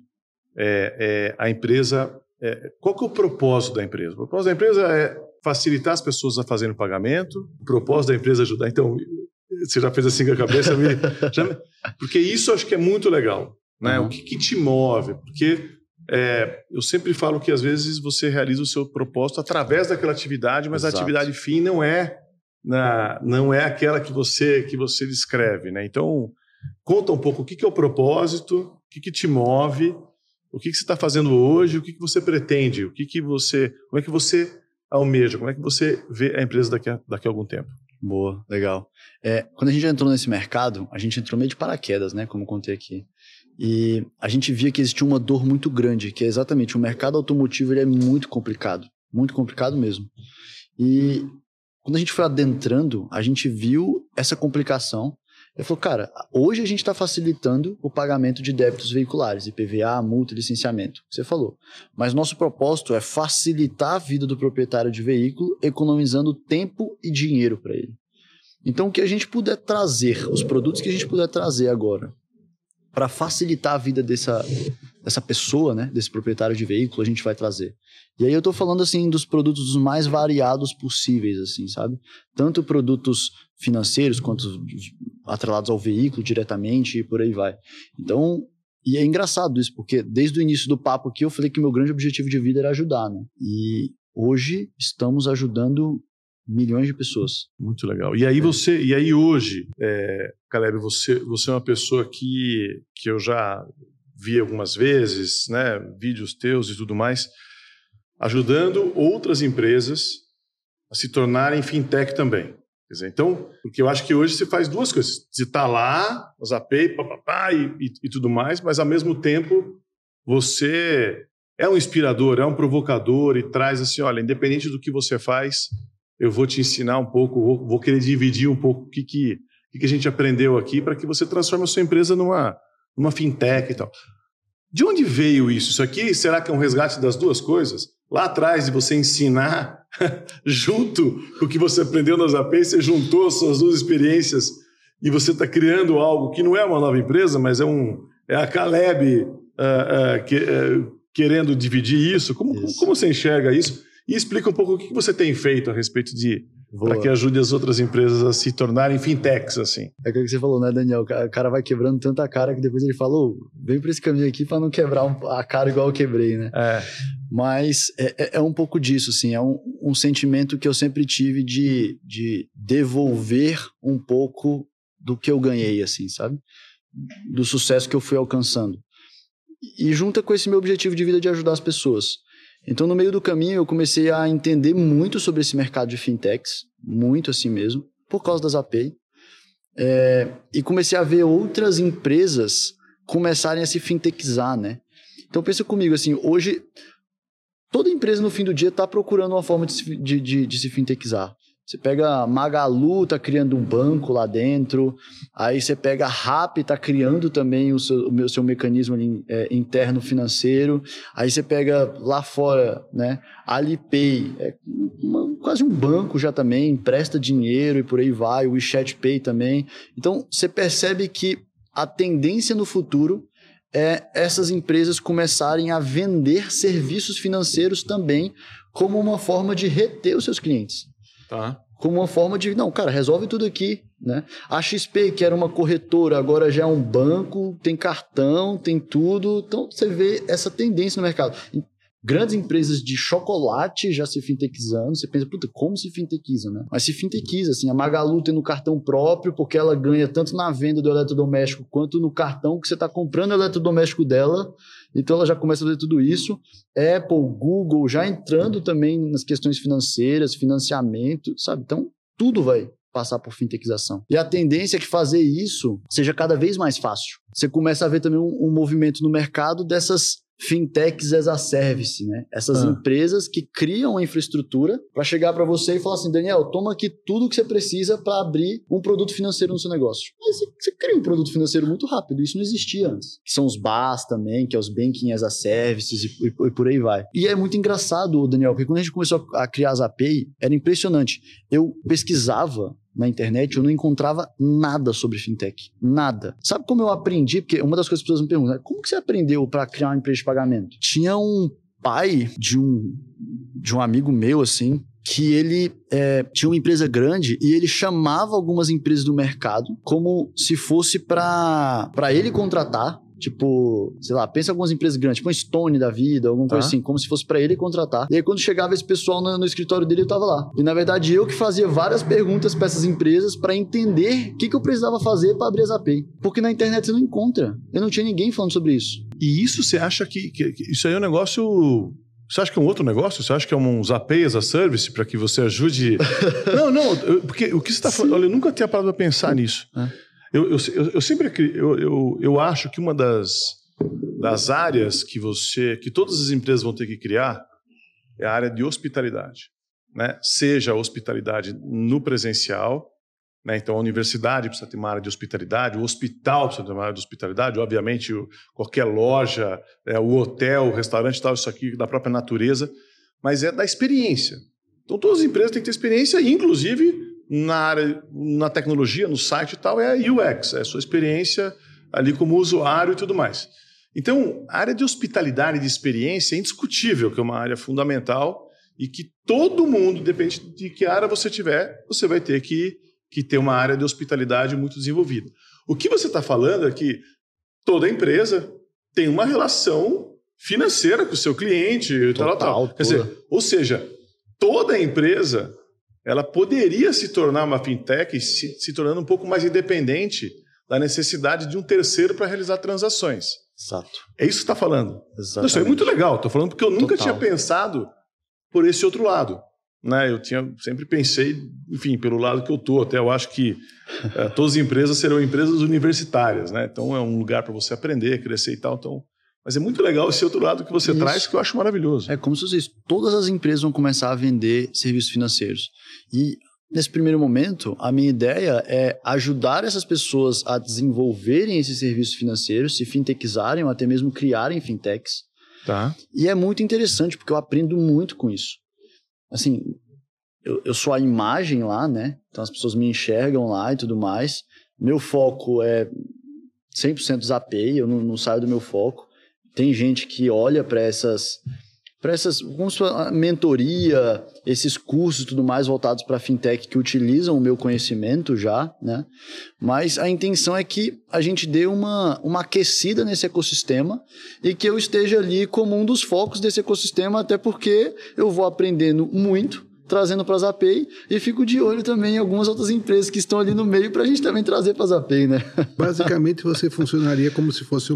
a empresa... qual que é o propósito da empresa? O propósito da empresa é facilitar as pessoas a fazerem o pagamento, o propósito da empresa é ajudar. Então, você já fez assim com a cabeça? Porque isso eu acho que é muito legal. Né? O que te move? Porque eu sempre falo que às vezes você realiza o seu propósito através daquela atividade, mas Exato. A atividade fim não é aquela que você descreve. Né? Então, conta um pouco o que é o propósito, o que te move, o que você está fazendo hoje, o que você pretende, como é que você almeja, como é que você vê a empresa daqui a algum tempo. Boa, legal. Quando a gente entrou nesse mercado, a gente entrou meio de paraquedas, né? Como eu contei aqui. E a gente via que existia uma dor muito grande, que é exatamente o mercado automotivo, ele é muito complicado mesmo. E quando a gente foi adentrando, a gente viu essa complicação. Ele falou, cara, hoje a gente está facilitando o pagamento de débitos veiculares, IPVA, multa e licenciamento, que você falou. Mas nosso propósito é facilitar a vida do proprietário de veículo, economizando tempo e dinheiro para ele. Então, o que a gente puder trazer, os produtos que a gente puder trazer agora, para facilitar a vida dessa pessoa, né, desse proprietário de veículo, a gente vai trazer. E aí eu estou falando assim dos produtos os mais variados possíveis, assim, sabe? Tanto produtos financeiros quanto atrelados ao veículo diretamente e por aí vai. Então, e é engraçado isso, porque desde o início do papo aqui eu falei que meu grande objetivo de vida era ajudar, né? E hoje estamos ajudando milhões de pessoas. Muito legal. E aí hoje, Caleb, você é uma pessoa que eu já vi algumas vezes, né, vídeos teus e tudo mais, ajudando outras empresas a se tornarem fintech também. Quer dizer, então, porque eu acho que hoje você faz duas coisas. Você está lá, os API, e tudo mais, mas ao mesmo tempo você é um inspirador, é um provocador e traz assim, olha, independente do que você faz, eu vou te ensinar um pouco, vou querer dividir um pouco o que a gente aprendeu aqui para que você transforme a sua empresa numa fintech e tal. De onde veio isso? Isso aqui, será que é um resgate das duas coisas? Lá atrás, de você ensinar, junto com o que você aprendeu nas APIs, você juntou as suas duas experiências e você está criando algo que não é uma nova empresa, mas é a Caleb querendo dividir isso. Como você enxerga isso? E explica um pouco o que você tem feito a respeito para que ajude as outras empresas a se tornarem fintechs, assim. É aquilo que você falou, né, Daniel? O cara vai quebrando tanta cara que depois ele falou, vem por esse caminho aqui para não quebrar a cara igual eu quebrei, né? Mas é um pouco disso, assim, é um sentimento que eu sempre tive de devolver um pouco do que eu ganhei, assim, sabe? Do sucesso que eu fui alcançando. E junta com esse meu objetivo de vida de ajudar as pessoas. Então, no meio do caminho, eu comecei a entender muito sobre esse mercado de fintechs, muito assim mesmo, por causa das API. E comecei a ver outras empresas começarem a se fintechizar, né? Então, pensa comigo, assim, hoje, toda empresa no fim do dia está procurando uma forma de se fintechizar. Você pega a Magalu, tá criando um banco lá dentro. Aí você pega a Rappi, tá criando também o seu mecanismo ali, interno financeiro. Aí você pega lá fora, né? Alipay, quase um banco já também, empresta dinheiro e por aí vai. O WeChat Pay também. Então, você percebe que a tendência no futuro é essas empresas começarem a vender serviços financeiros também como uma forma de reter os seus clientes. Tá. Como uma forma de, não, cara, resolve tudo aqui, né? A XP, que era uma corretora, agora já é um banco, tem cartão, tem tudo. Então, você vê essa tendência no mercado. Grandes empresas de chocolate já se fintechizando. Você pensa, puta, como se fintechiza, né? Mas se fintechiza, assim, a Magalu tendo cartão próprio, porque ela ganha tanto na venda do eletrodoméstico quanto no cartão que você está comprando o eletrodoméstico dela. Então, ela já começa a fazer tudo isso. Apple, Google, já entrando também nas questões financeiras, financiamento, sabe? Então, tudo vai passar por fintechização. E a tendência é que fazer isso seja cada vez mais fácil. Você começa a ver também um movimento no mercado dessas fintechs as a service, né? Essas empresas que criam a infraestrutura para chegar para você e falar assim, Daniel, toma aqui tudo que você precisa para abrir um produto financeiro no seu negócio. Mas você cria um produto financeiro muito rápido, isso não existia antes. Que são os BaaS também, que é os Banking as a Services e por aí vai. E é muito engraçado, Daniel, porque quando a gente começou a criar a Zapay, era impressionante. Eu pesquisava na internet, eu não encontrava nada sobre fintech. Nada. Sabe como eu aprendi? Porque uma das coisas que as pessoas me perguntam, como que você aprendeu para criar uma empresa de pagamento? Tinha um pai de um amigo meu, assim, que ele tinha uma empresa grande e ele chamava algumas empresas do mercado como se fosse para ele contratar. Tipo, sei lá, pensa em algumas empresas grandes, tipo uma Stone da vida, alguma coisa assim, como se fosse pra ele contratar. E aí quando chegava esse pessoal no escritório dele, eu tava lá. E na verdade eu que fazia várias perguntas pra essas empresas pra entender o que eu precisava fazer pra abrir a Zapay. Porque na internet você não encontra. Eu não tinha ninguém falando sobre isso. E isso você acha que isso aí é um negócio... Você acha que é um outro negócio? Você acha que é um Zapay as a Service para que você ajude... Não, porque o que você está falando... Olha, eu nunca tinha parado para pensar nisso. Eu sempre eu acho que uma das áreas que todas as empresas vão ter que criar é a área de hospitalidade, né? Seja a hospitalidade no presencial, né? Então a universidade precisa ter uma área de hospitalidade, o hospital precisa ter uma área de hospitalidade, obviamente qualquer loja, o hotel, o restaurante, tal, isso aqui da própria natureza, mas é da experiência. Então todas as empresas têm que ter experiência, inclusive na área, na tecnologia, no site e tal, é a UX, é a sua experiência ali como usuário e tudo mais. Então, a área de hospitalidade e de experiência é indiscutível, que é uma área fundamental e que todo mundo, depende de que área você tiver, você vai ter que ter uma área de hospitalidade muito desenvolvida. O que você está falando é que toda empresa tem uma relação financeira com o seu cliente e tal. Quer dizer, ou seja, toda empresa ela poderia se tornar uma fintech se tornando um pouco mais independente da necessidade de um terceiro para realizar transações. Exato. É isso que você está falando. Exatamente. Isso é muito legal. Estou falando porque eu nunca tinha pensado por esse outro lado, né? Eu sempre pensei, enfim, pelo lado que eu estou. Até eu acho que todas as empresas serão empresas universitárias, né? Então é um lugar para você aprender, crescer e tal. Então, mas é muito legal esse outro lado que você traz, que eu acho maravilhoso. É como se fosse isso. Todas as empresas vão começar a vender serviços financeiros. E, nesse primeiro momento, a minha ideia é ajudar essas pessoas a desenvolverem esses serviços financeiros, se fintechizarem ou até mesmo criarem fintechs. Tá. E é muito interessante, porque eu aprendo muito com isso. Assim, eu sou a imagem lá, né? Então as pessoas me enxergam lá e tudo mais. Meu foco é 100% Zapay, eu não saio do meu foco. Tem gente que olha para essas como se fosse a mentoria, esses cursos e tudo mais voltados para fintech que utilizam o meu conhecimento já, né? Mas a intenção é que a gente dê uma aquecida nesse ecossistema e que eu esteja ali como um dos focos desse ecossistema, até porque eu vou aprendendo muito, trazendo para a Zapay, e fico de olho também em algumas outras empresas que estão ali no meio para a gente também trazer para a Zapay, né? Basicamente, você funcionaria como se fosse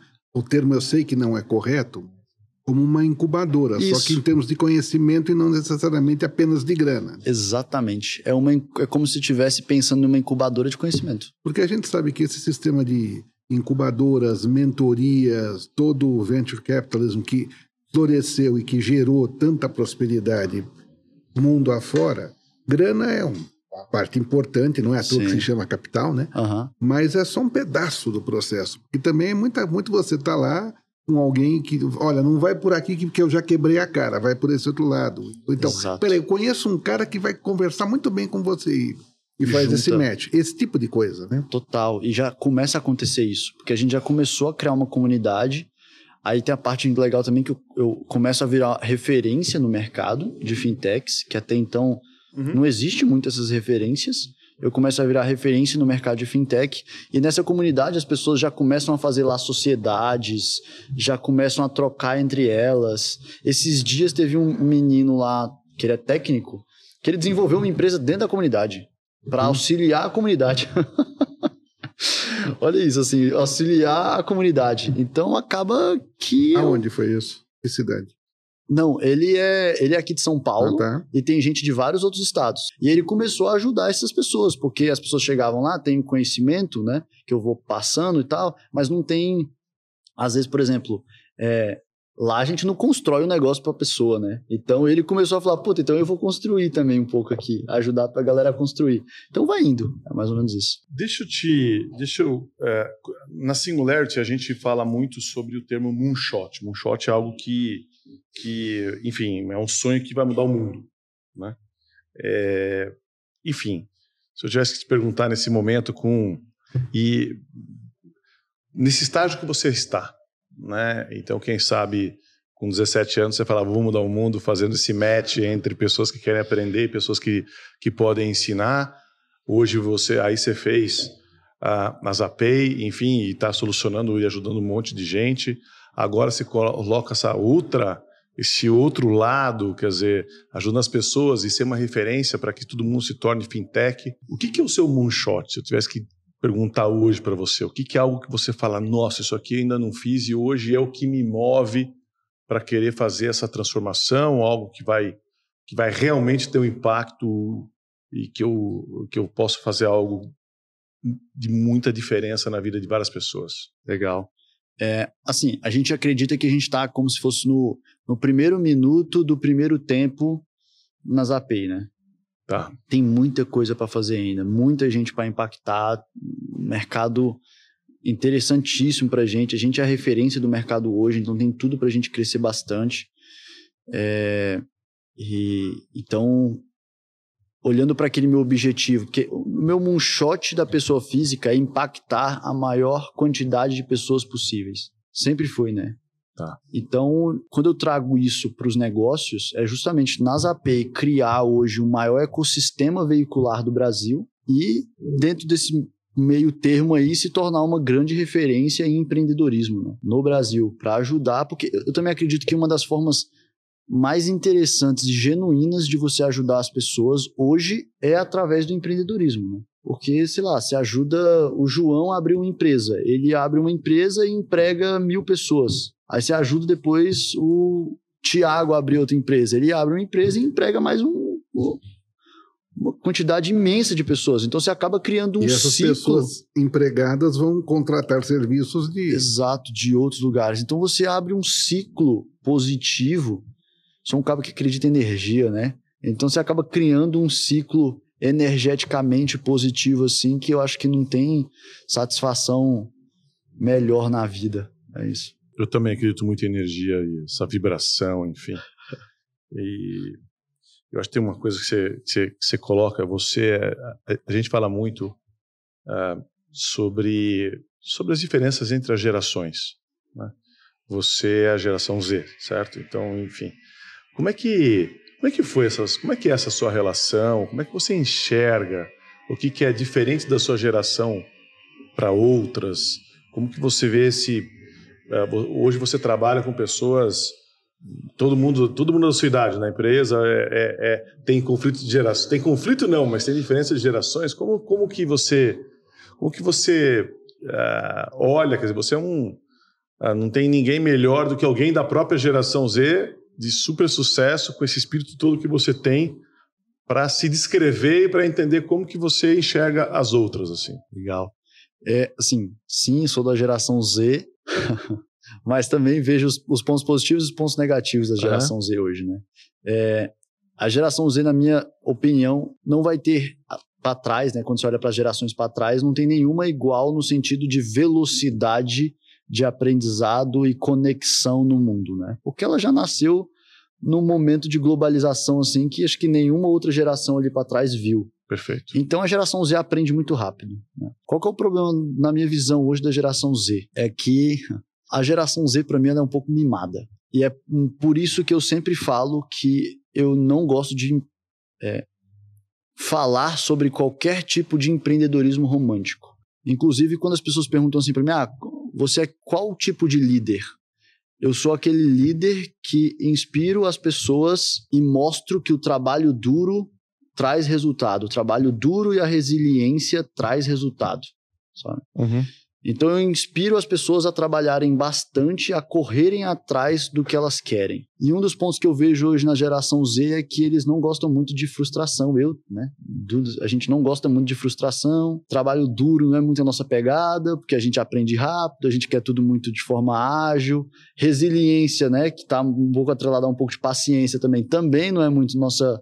o termo eu sei que não é correto, como uma incubadora, Isso. Só que em termos de conhecimento e não necessariamente apenas de grana. Exatamente. É como se estivesse pensando numa incubadora de conhecimento. Porque a gente sabe que esse sistema de incubadoras, mentorias, todo o venture capitalism que floresceu e que gerou tanta prosperidade mundo afora, Grana é uma parte importante, não é à toa que se chama capital, né? Mas é só um pedaço do processo. E também é muito você tá lá com alguém que, olha, não vai por aqui porque eu já quebrei a cara, vai por esse outro lado. Então, peraí, eu conheço um cara que vai conversar muito bem com você e faz esse match. Esse tipo de coisa, né? Total. E já começa a acontecer isso. Porque a gente já começou a criar uma comunidade. Aí tem a parte legal também que eu começo a virar referência no mercado de fintechs, que até então não existe muito essas referências. Eu começo a virar referência no mercado de fintech. E nessa comunidade as pessoas já começam a fazer lá sociedades, já começam a trocar entre elas. Esses dias teve um menino lá, que ele é técnico, que ele desenvolveu uma empresa dentro da comunidade para auxiliar a comunidade. Olha isso, assim, auxiliar a comunidade. Então acaba que... Aonde foi isso? Que cidade? Não, ele é aqui de São Paulo e tem gente de vários outros estados. E ele começou a ajudar essas pessoas, porque as pessoas chegavam lá, tem conhecimento, né, que eu vou passando e tal, mas não tem... Às vezes, por exemplo, lá a gente não constrói um negócio para a pessoa, né? Então ele começou a falar, puta, então eu vou construir também um pouco aqui, ajudar para a galera a construir. Então vai indo, é mais ou menos isso. Na Singularity a gente fala muito sobre o termo moonshot. Moonshot é algo que enfim, é um sonho que vai mudar o mundo, né? Enfim, se eu tivesse que te perguntar nesse momento nesse estágio que você está, né? Então, quem sabe, com 17 anos, você fala, vou mudar o mundo, fazendo esse match entre pessoas que querem aprender e pessoas que podem ensinar. Hoje você fez a Zapay, enfim, e está solucionando e ajudando um monte de gente. Agora você coloca esse outro lado, quer dizer, ajudando as pessoas e ser uma referência para que todo mundo se torne fintech. O que é o seu moonshot? Se eu tivesse que perguntar hoje para você, o que é algo que você fala, nossa, isso aqui eu ainda não fiz e hoje é o que me move para querer fazer essa transformação, algo que vai realmente ter um impacto e que eu posso fazer algo de muita diferença na vida de várias pessoas. Legal. Assim, a gente acredita que a gente está como se fosse no primeiro minuto do primeiro tempo na Zapay, né? Tá. Tem muita coisa para fazer ainda, muita gente para impactar, mercado interessantíssimo para a gente é a referência do mercado hoje, então tem tudo para a gente crescer bastante. Então, olhando para aquele meu objetivo, porque o meu moonshot da pessoa física é impactar a maior quantidade de pessoas possíveis. Sempre foi, né? Tá. Então, quando eu trago isso para os negócios, é justamente na Zapay criar hoje o maior ecossistema veicular do Brasil e, dentro desse meio termo aí, se tornar uma grande referência em empreendedorismo, né, no Brasil, para ajudar, porque eu também acredito que uma das formas mais interessantes e genuínas de você ajudar as pessoas hoje é através do empreendedorismo, né? Porque, sei lá, você ajuda o João a abrir uma empresa. Ele abre uma empresa e emprega 1.000 pessoas. Aí você ajuda depois o Tiago a abrir outra empresa. Ele abre uma empresa e emprega mais uma quantidade imensa de pessoas. Então você acaba criando um ciclo. E essas pessoas empregadas vão contratar serviços Exato, de outros lugares. Então você abre um ciclo positivo. Sou um cara que acredita em energia, né? Então você acaba criando um ciclo energeticamente positivo, assim, que eu acho que não tem satisfação melhor na vida. É isso. Eu também acredito muito em energia e essa vibração, enfim. E eu acho que tem uma coisa que você coloca, a gente fala muito sobre as diferenças entre as gerações, né? Você é a geração Z, certo? Então, enfim, como é que é essa sua relação? Como é que você enxerga o que é diferente da sua geração para outras? Como que você vê hoje você trabalha com pessoas, todo mundo da sua idade na empresa, tem conflito de geração. Tem conflito não, mas tem diferença de gerações. Como que você olha, quer dizer, você não tem ninguém melhor do que alguém da própria geração Z, de super sucesso, com esse espírito todo que você tem, para se descrever e para entender como que você enxerga as outras, assim. Legal. Assim, sim, sou da geração Z, mas também vejo os pontos positivos e os pontos negativos da geração Z hoje, né? A geração Z, na minha opinião, não vai ter para trás, né? Quando você olha para as gerações para trás, não tem nenhuma igual no sentido de velocidade de aprendizado e conexão no mundo, né? Porque ela já nasceu num momento de globalização assim que acho que nenhuma outra geração ali para trás viu. Perfeito. Então a geração Z aprende muito rápido, né? Qual que é o problema, na minha visão hoje, da geração Z? É que a geração Z, para mim, ela é um pouco mimada. E é por isso que eu sempre falo que eu não gosto de falar sobre qualquer tipo de empreendedorismo romântico. Inclusive, quando as pessoas perguntam assim para mim, você é qual tipo de líder? Eu sou aquele líder que inspiro as pessoas e mostro que o trabalho duro traz resultado. O trabalho duro e a resiliência traz resultado, sabe? Uhum. Então eu inspiro as pessoas a trabalharem bastante, a correrem atrás do que elas querem. E um dos pontos que eu vejo hoje na geração Z é que eles não gostam muito de frustração. A gente não gosta muito de frustração, trabalho duro não é muito a nossa pegada, porque a gente aprende rápido, a gente quer tudo muito de forma ágil. Resiliência, né, que está um pouco atrelada a um pouco de paciência também não é muito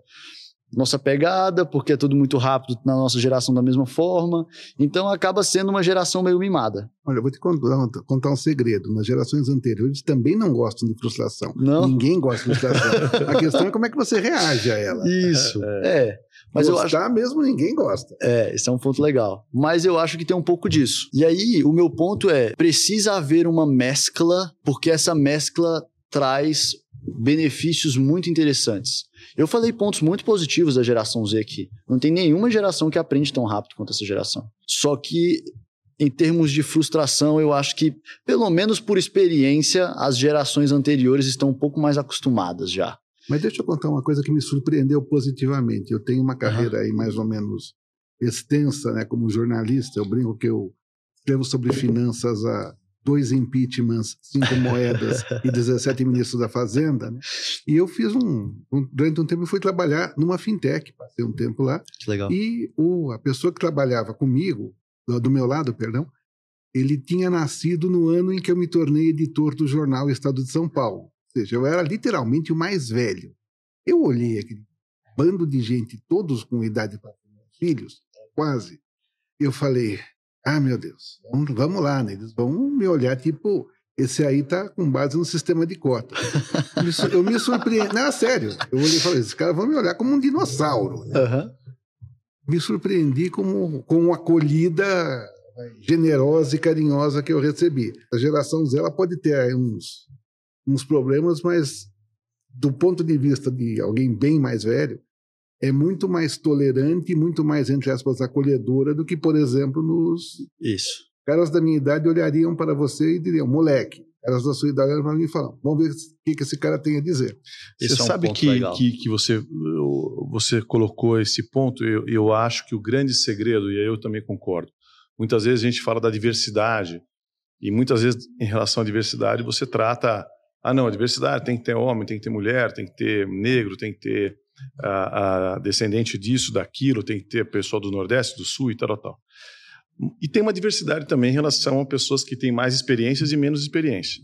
nossa pegada, porque é tudo muito rápido na nossa geração da mesma forma. Então acaba sendo uma geração meio mimada. Olha, eu vou te contar um segredo. Nas gerações anteriores também não gostam de frustração. Não? Ninguém gosta de frustração. A questão é como é que você reage a ela. Isso, Mas Gostar eu acho... mesmo ninguém gosta. Esse é um ponto legal. Mas eu acho que tem um pouco disso. E aí, o meu ponto precisa haver uma mescla, porque essa mescla traz benefícios muito interessantes. Eu falei pontos muito positivos da geração Z aqui. Não tem nenhuma geração que aprende tão rápido quanto essa geração. Só que, em termos de frustração, eu acho que, pelo menos por experiência, as gerações anteriores estão um pouco mais acostumadas já. Mas deixa eu contar uma coisa que me surpreendeu positivamente. Eu tenho uma carreira aí mais ou menos extensa, né, como jornalista. Eu brinco que eu escrevo sobre finanças há 2 impeachments, 5 moedas e 17 ministros da Fazenda, né? E eu fiz durante um tempo eu fui trabalhar numa fintech, passei um tempo lá. Que legal. E a pessoa que trabalhava comigo, do meu lado, perdão, ele tinha nascido no ano em que eu me tornei editor do jornal Estado de São Paulo. Ou seja, eu era literalmente o mais velho. Eu olhei aquele bando de gente, todos com idade para ter filhos, quase. Eu falei, meu Deus, vamos lá, né? Eles vão me olhar tipo, esse aí tá com base no sistema de cota. Eu me surpreendi, não, sério, eu olhei e falei, esses caras vão me olhar como um dinossauro, né? Uhum. Me surpreendi com a acolhida generosa e carinhosa que eu recebi. A geração Z, ela pode ter aí uns problemas, mas do ponto de vista de alguém bem mais velho, é muito mais tolerante e muito mais, entre aspas, acolhedora do que, por exemplo, Isso. Caras da minha idade olhariam para você e diriam, moleque. Caras da sua idade olhariam para mim e falam, vamos ver o que esse cara tem a dizer. Você sabe que você colocou esse ponto, eu acho que o grande segredo, e aí eu também concordo, muitas vezes a gente fala da diversidade, e muitas vezes em relação à diversidade você trata, a diversidade tem que ter homem, tem que ter mulher, tem que ter negro, tem que ter a descendente disso, daquilo, tem que ter pessoal do Nordeste, do Sul e tal. E tem uma diversidade também em relação a pessoas que têm mais experiências e menos experiência.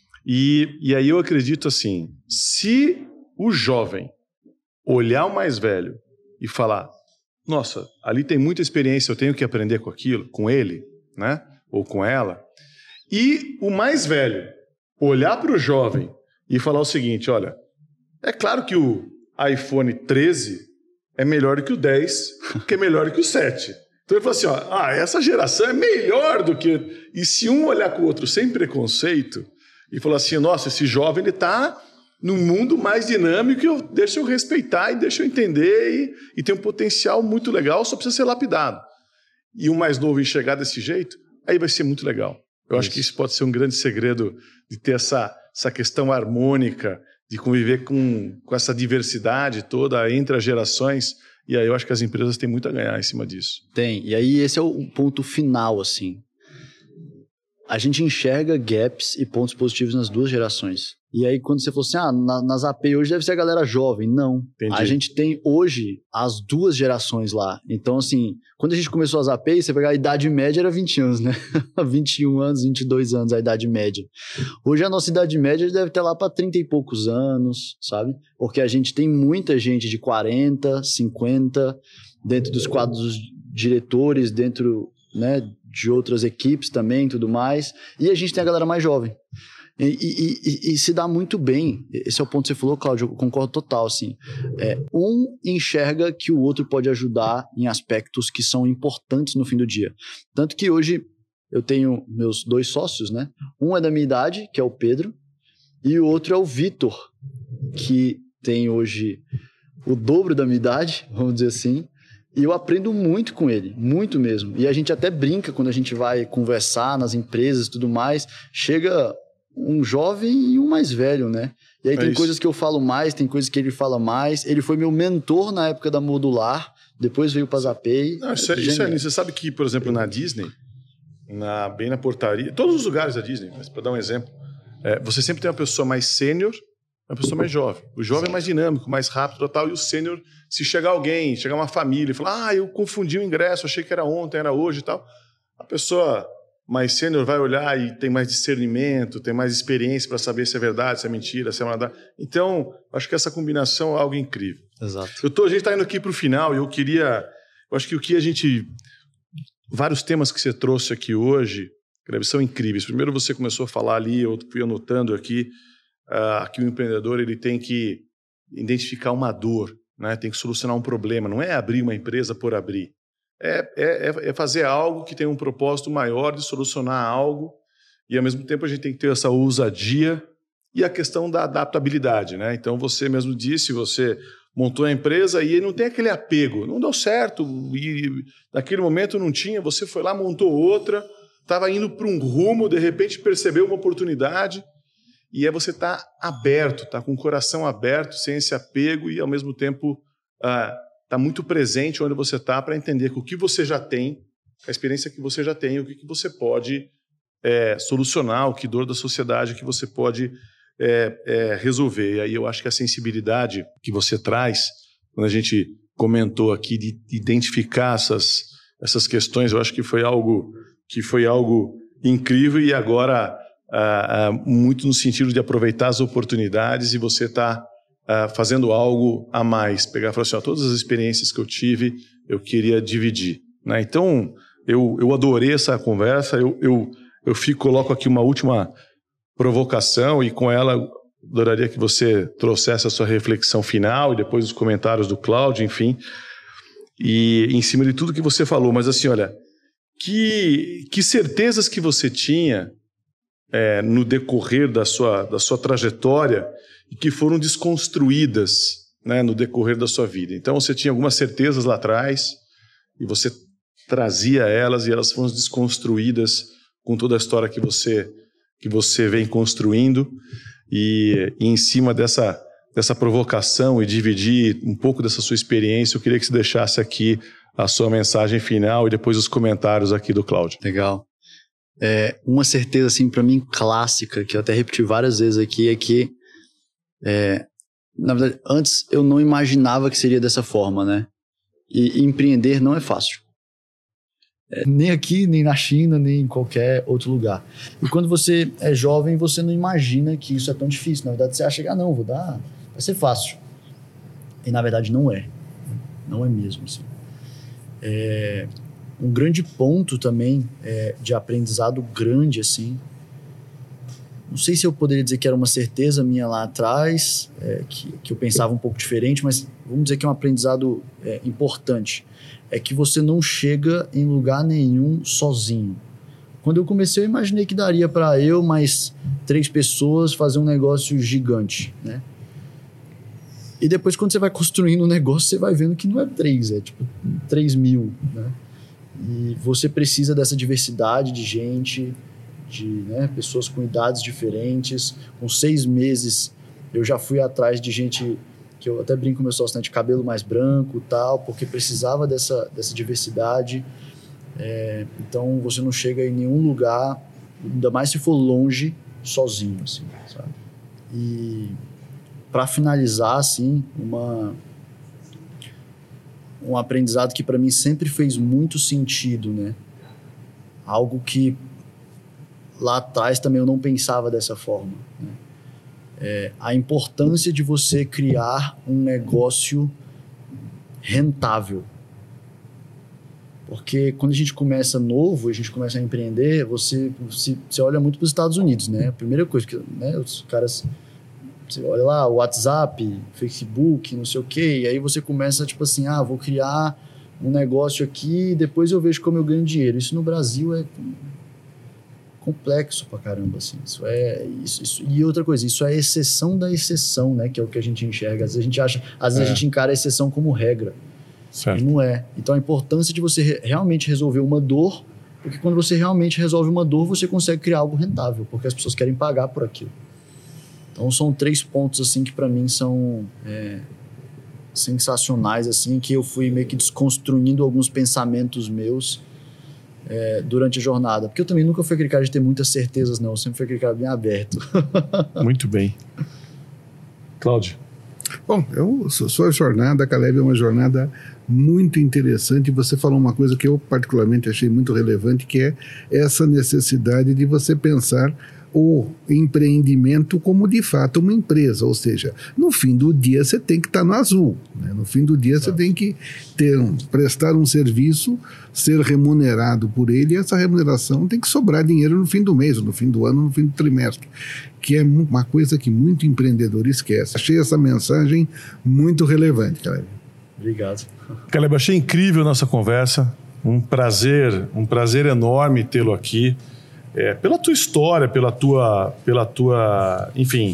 E aí eu acredito assim, se o jovem olhar o mais velho e falar, nossa, ali tem muita experiência, eu tenho que aprender com aquilo, com ele, né? Ou com ela, e o mais velho olhar para o jovem e falar o seguinte, olha, é claro que o iPhone 13 é melhor do que o 10, que é melhor do que o 7. Então ele falou assim, essa geração é melhor do que... E se um olhar com o outro sem preconceito e falar assim, nossa, esse jovem ele está num mundo mais dinâmico, deixa eu respeitar e deixa eu entender e tem um potencial muito legal, só precisa ser lapidado. E o mais novo enxergar desse jeito, aí vai ser muito legal. Eu acho que isso pode ser um grande segredo de ter essa questão harmônica, de conviver com essa diversidade toda entre as gerações, e aí eu acho que as empresas têm muito a ganhar em cima disso. Tem, e aí esse é o ponto final, assim. A gente enxerga gaps e pontos positivos nas duas gerações. E aí, quando você falou assim, nas AP hoje deve ser a galera jovem. Não. Entendi. A gente tem hoje as 2 gerações lá. Então, assim, quando a gente começou as APs, você pegar a idade média era 20 anos, né? 21 anos, 22 anos a idade média. Hoje a nossa idade média deve ter lá para 30 e poucos anos, sabe? Porque a gente tem muita gente de 40, 50, dentro dos quadros diretores, dentro, né, de outras equipes também e tudo mais. E a gente tem a galera mais jovem. E se dá muito bem. Esse é o ponto que você falou, Cláudio, eu concordo total, assim. Um enxerga que o outro pode ajudar em aspectos que são importantes no fim do dia. Tanto que hoje eu tenho meus 2 sócios, né? Um é da minha idade, que é o Pedro, e o outro é o Vitor, que tem hoje o dobro da minha idade, vamos dizer assim. E eu aprendo muito com ele, muito mesmo. E a gente até brinca quando a gente vai conversar nas empresas e tudo mais. Chega um jovem e um mais velho, né? E aí tem coisas que eu falo mais, tem coisas que ele fala mais. Ele foi meu mentor na época da Modular, depois veio para a Zapay. Não, isso é lindo. Você sabe que, por exemplo, na Disney, bem na portaria, todos os lugares da Disney, mas para dar um exemplo, você sempre tem uma pessoa mais sênior, uma pessoa mais jovem. O jovem é mais dinâmico, mais rápido e tal, e o sênior, se chegar alguém, chegar uma família e falar, eu confundi o ingresso, achei que era ontem, era hoje e tal, a pessoa mais sênior vai olhar e tem mais discernimento, tem mais experiência para saber se é verdade, se é mentira, se é verdade. Então, acho que essa combinação é algo incrível. Exato. A gente está indo aqui para o final e eu acho que o que a gente... Vários temas que você trouxe aqui hoje, são incríveis. Primeiro você começou a falar ali, eu fui anotando aqui, que o empreendedor ele tem que identificar uma dor, né? Tem que solucionar um problema. Não é abrir uma empresa por abrir. É fazer algo que tem um propósito maior de solucionar algo e, ao mesmo tempo, a gente tem que ter essa ousadia e a questão da adaptabilidade, né? Então, você mesmo disse, você montou a empresa e não tem aquele apego. Não deu certo e naquele momento não tinha, você foi lá, montou outra, estava indo para um rumo, de repente percebeu uma oportunidade e você está aberto, está com o coração aberto, sem esse apego e, ao mesmo tempo... está muito presente onde você está para entender que o que você já tem, a experiência que você já tem, o que você pode solucionar, o que dor da sociedade que você pode resolver. E aí eu acho que a sensibilidade que você traz, quando a gente comentou aqui de identificar essas questões, eu acho que foi algo incrível e agora muito no sentido de aproveitar as oportunidades e você está fazendo algo a mais, pegar e falar assim, todas as experiências que eu tive, eu queria dividir, né? Então, eu adorei essa conversa, eu coloco aqui uma última provocação e com ela adoraria que você trouxesse a sua reflexão final e depois os comentários do Cláudio, enfim, e em cima de tudo que você falou, mas assim, olha, que certezas que você tinha no decorrer da sua trajetória e que foram desconstruídas, né, no decorrer da sua vida. Então, você tinha algumas certezas lá atrás e você trazia elas e elas foram desconstruídas com toda a história que você vem construindo e em cima dessa provocação e dividir um pouco dessa sua experiência, eu queria que você deixasse aqui a sua mensagem final e depois os comentários aqui do Cláudio. Legal. Uma certeza, assim, para mim, clássica, que eu até repeti várias vezes aqui, é que na verdade, antes eu não imaginava que seria dessa forma, né? E empreender não é fácil. Nem aqui, nem na China, nem em qualquer outro lugar. E quando você é jovem, você não imagina que isso é tão difícil. Na verdade, você acha que, não, vai ser fácil. E na verdade não é. Não é mesmo, assim. Um grande ponto também de aprendizado grande, assim. Não sei se eu poderia dizer que era uma certeza minha lá atrás, que eu pensava um pouco diferente, mas vamos dizer que é um aprendizado importante. É que você não chega em lugar nenhum sozinho. Quando eu comecei, eu imaginei que daria para eu mais 3 pessoas fazer um negócio gigante, né? E depois, quando você vai construindo um negócio, você vai vendo que não é 3, é tipo 3.000, né? E você precisa dessa diversidade de gente, de pessoas com idades diferentes. Com 6 meses eu já fui atrás de gente que eu até brinco com meu sócio, de cabelo mais branco e tal, porque precisava dessa diversidade. Então você não chega em nenhum lugar, ainda mais se for longe, sozinho, assim, sabe? E para finalizar, assim, um aprendizado que para mim sempre fez muito sentido, né? Algo que lá atrás também eu não pensava dessa forma, né? A importância de você criar um negócio rentável. Porque quando a gente começa novo, a gente começa a empreender, você olha muito para os Estados Unidos, né? A primeira coisa que, né, os caras... Você olha lá, WhatsApp, Facebook, não sei o quê, e aí você começa, tipo assim, vou criar um negócio aqui e depois eu vejo como eu ganho dinheiro. Isso no Brasil é complexo pra caramba, assim. E outra coisa, isso é exceção da exceção, né? Que é o que a gente enxerga. Às vezes a gente encara a exceção como regra. Certo. E não é. Então a importância de você realmente resolver uma dor, porque quando você realmente resolve uma dor, você consegue criar algo rentável, porque as pessoas querem pagar por aquilo. Então são 3 pontos assim que para mim são sensacionais, assim, que eu fui meio que desconstruindo alguns pensamentos meus durante a jornada. Porque eu também nunca fui aquele cara de ter muitas certezas, não. Eu sempre fui aquele cara bem aberto. Muito bem. Cláudio. Bom, sua jornada, Caleb, é uma jornada muito interessante. Você falou uma coisa que eu particularmente achei muito relevante, que é essa necessidade de você pensar o empreendimento como de fato uma empresa, ou seja, no fim do dia você tem que estar no azul, né? No fim do dia você tem que prestar um serviço, ser remunerado por ele, e essa remuneração tem que sobrar dinheiro no fim do mês, no fim do ano, no fim do trimestre, que é uma coisa que muito empreendedor esquece. Achei essa mensagem muito relevante, Caleb. Obrigado. Caleb, achei incrível a nossa conversa, um prazer enorme tê-lo aqui. Pela tua história, pela tua, enfim,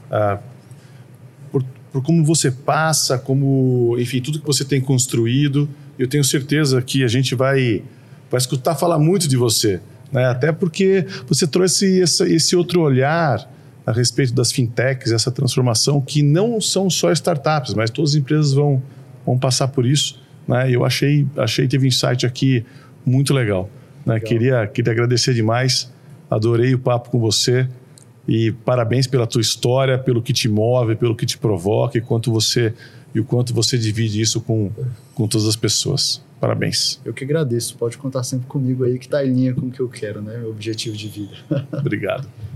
por como você passa, como, enfim, tudo que você tem construído. Eu tenho certeza que a gente vai escutar falar muito de você, né? Até porque você trouxe esse outro olhar a respeito das fintechs, essa transformação que não são só startups, mas todas as empresas vão passar por isso, né? Eu achei teve um insight aqui muito legal. Né? Queria agradecer demais, adorei o papo com você e parabéns pela tua história, pelo que te move, pelo que te provoca e o quanto você divide isso com todas as pessoas. Parabéns. Eu que agradeço, pode contar sempre comigo aí que está em linha com o que eu quero, né? Meu objetivo de vida. Obrigado.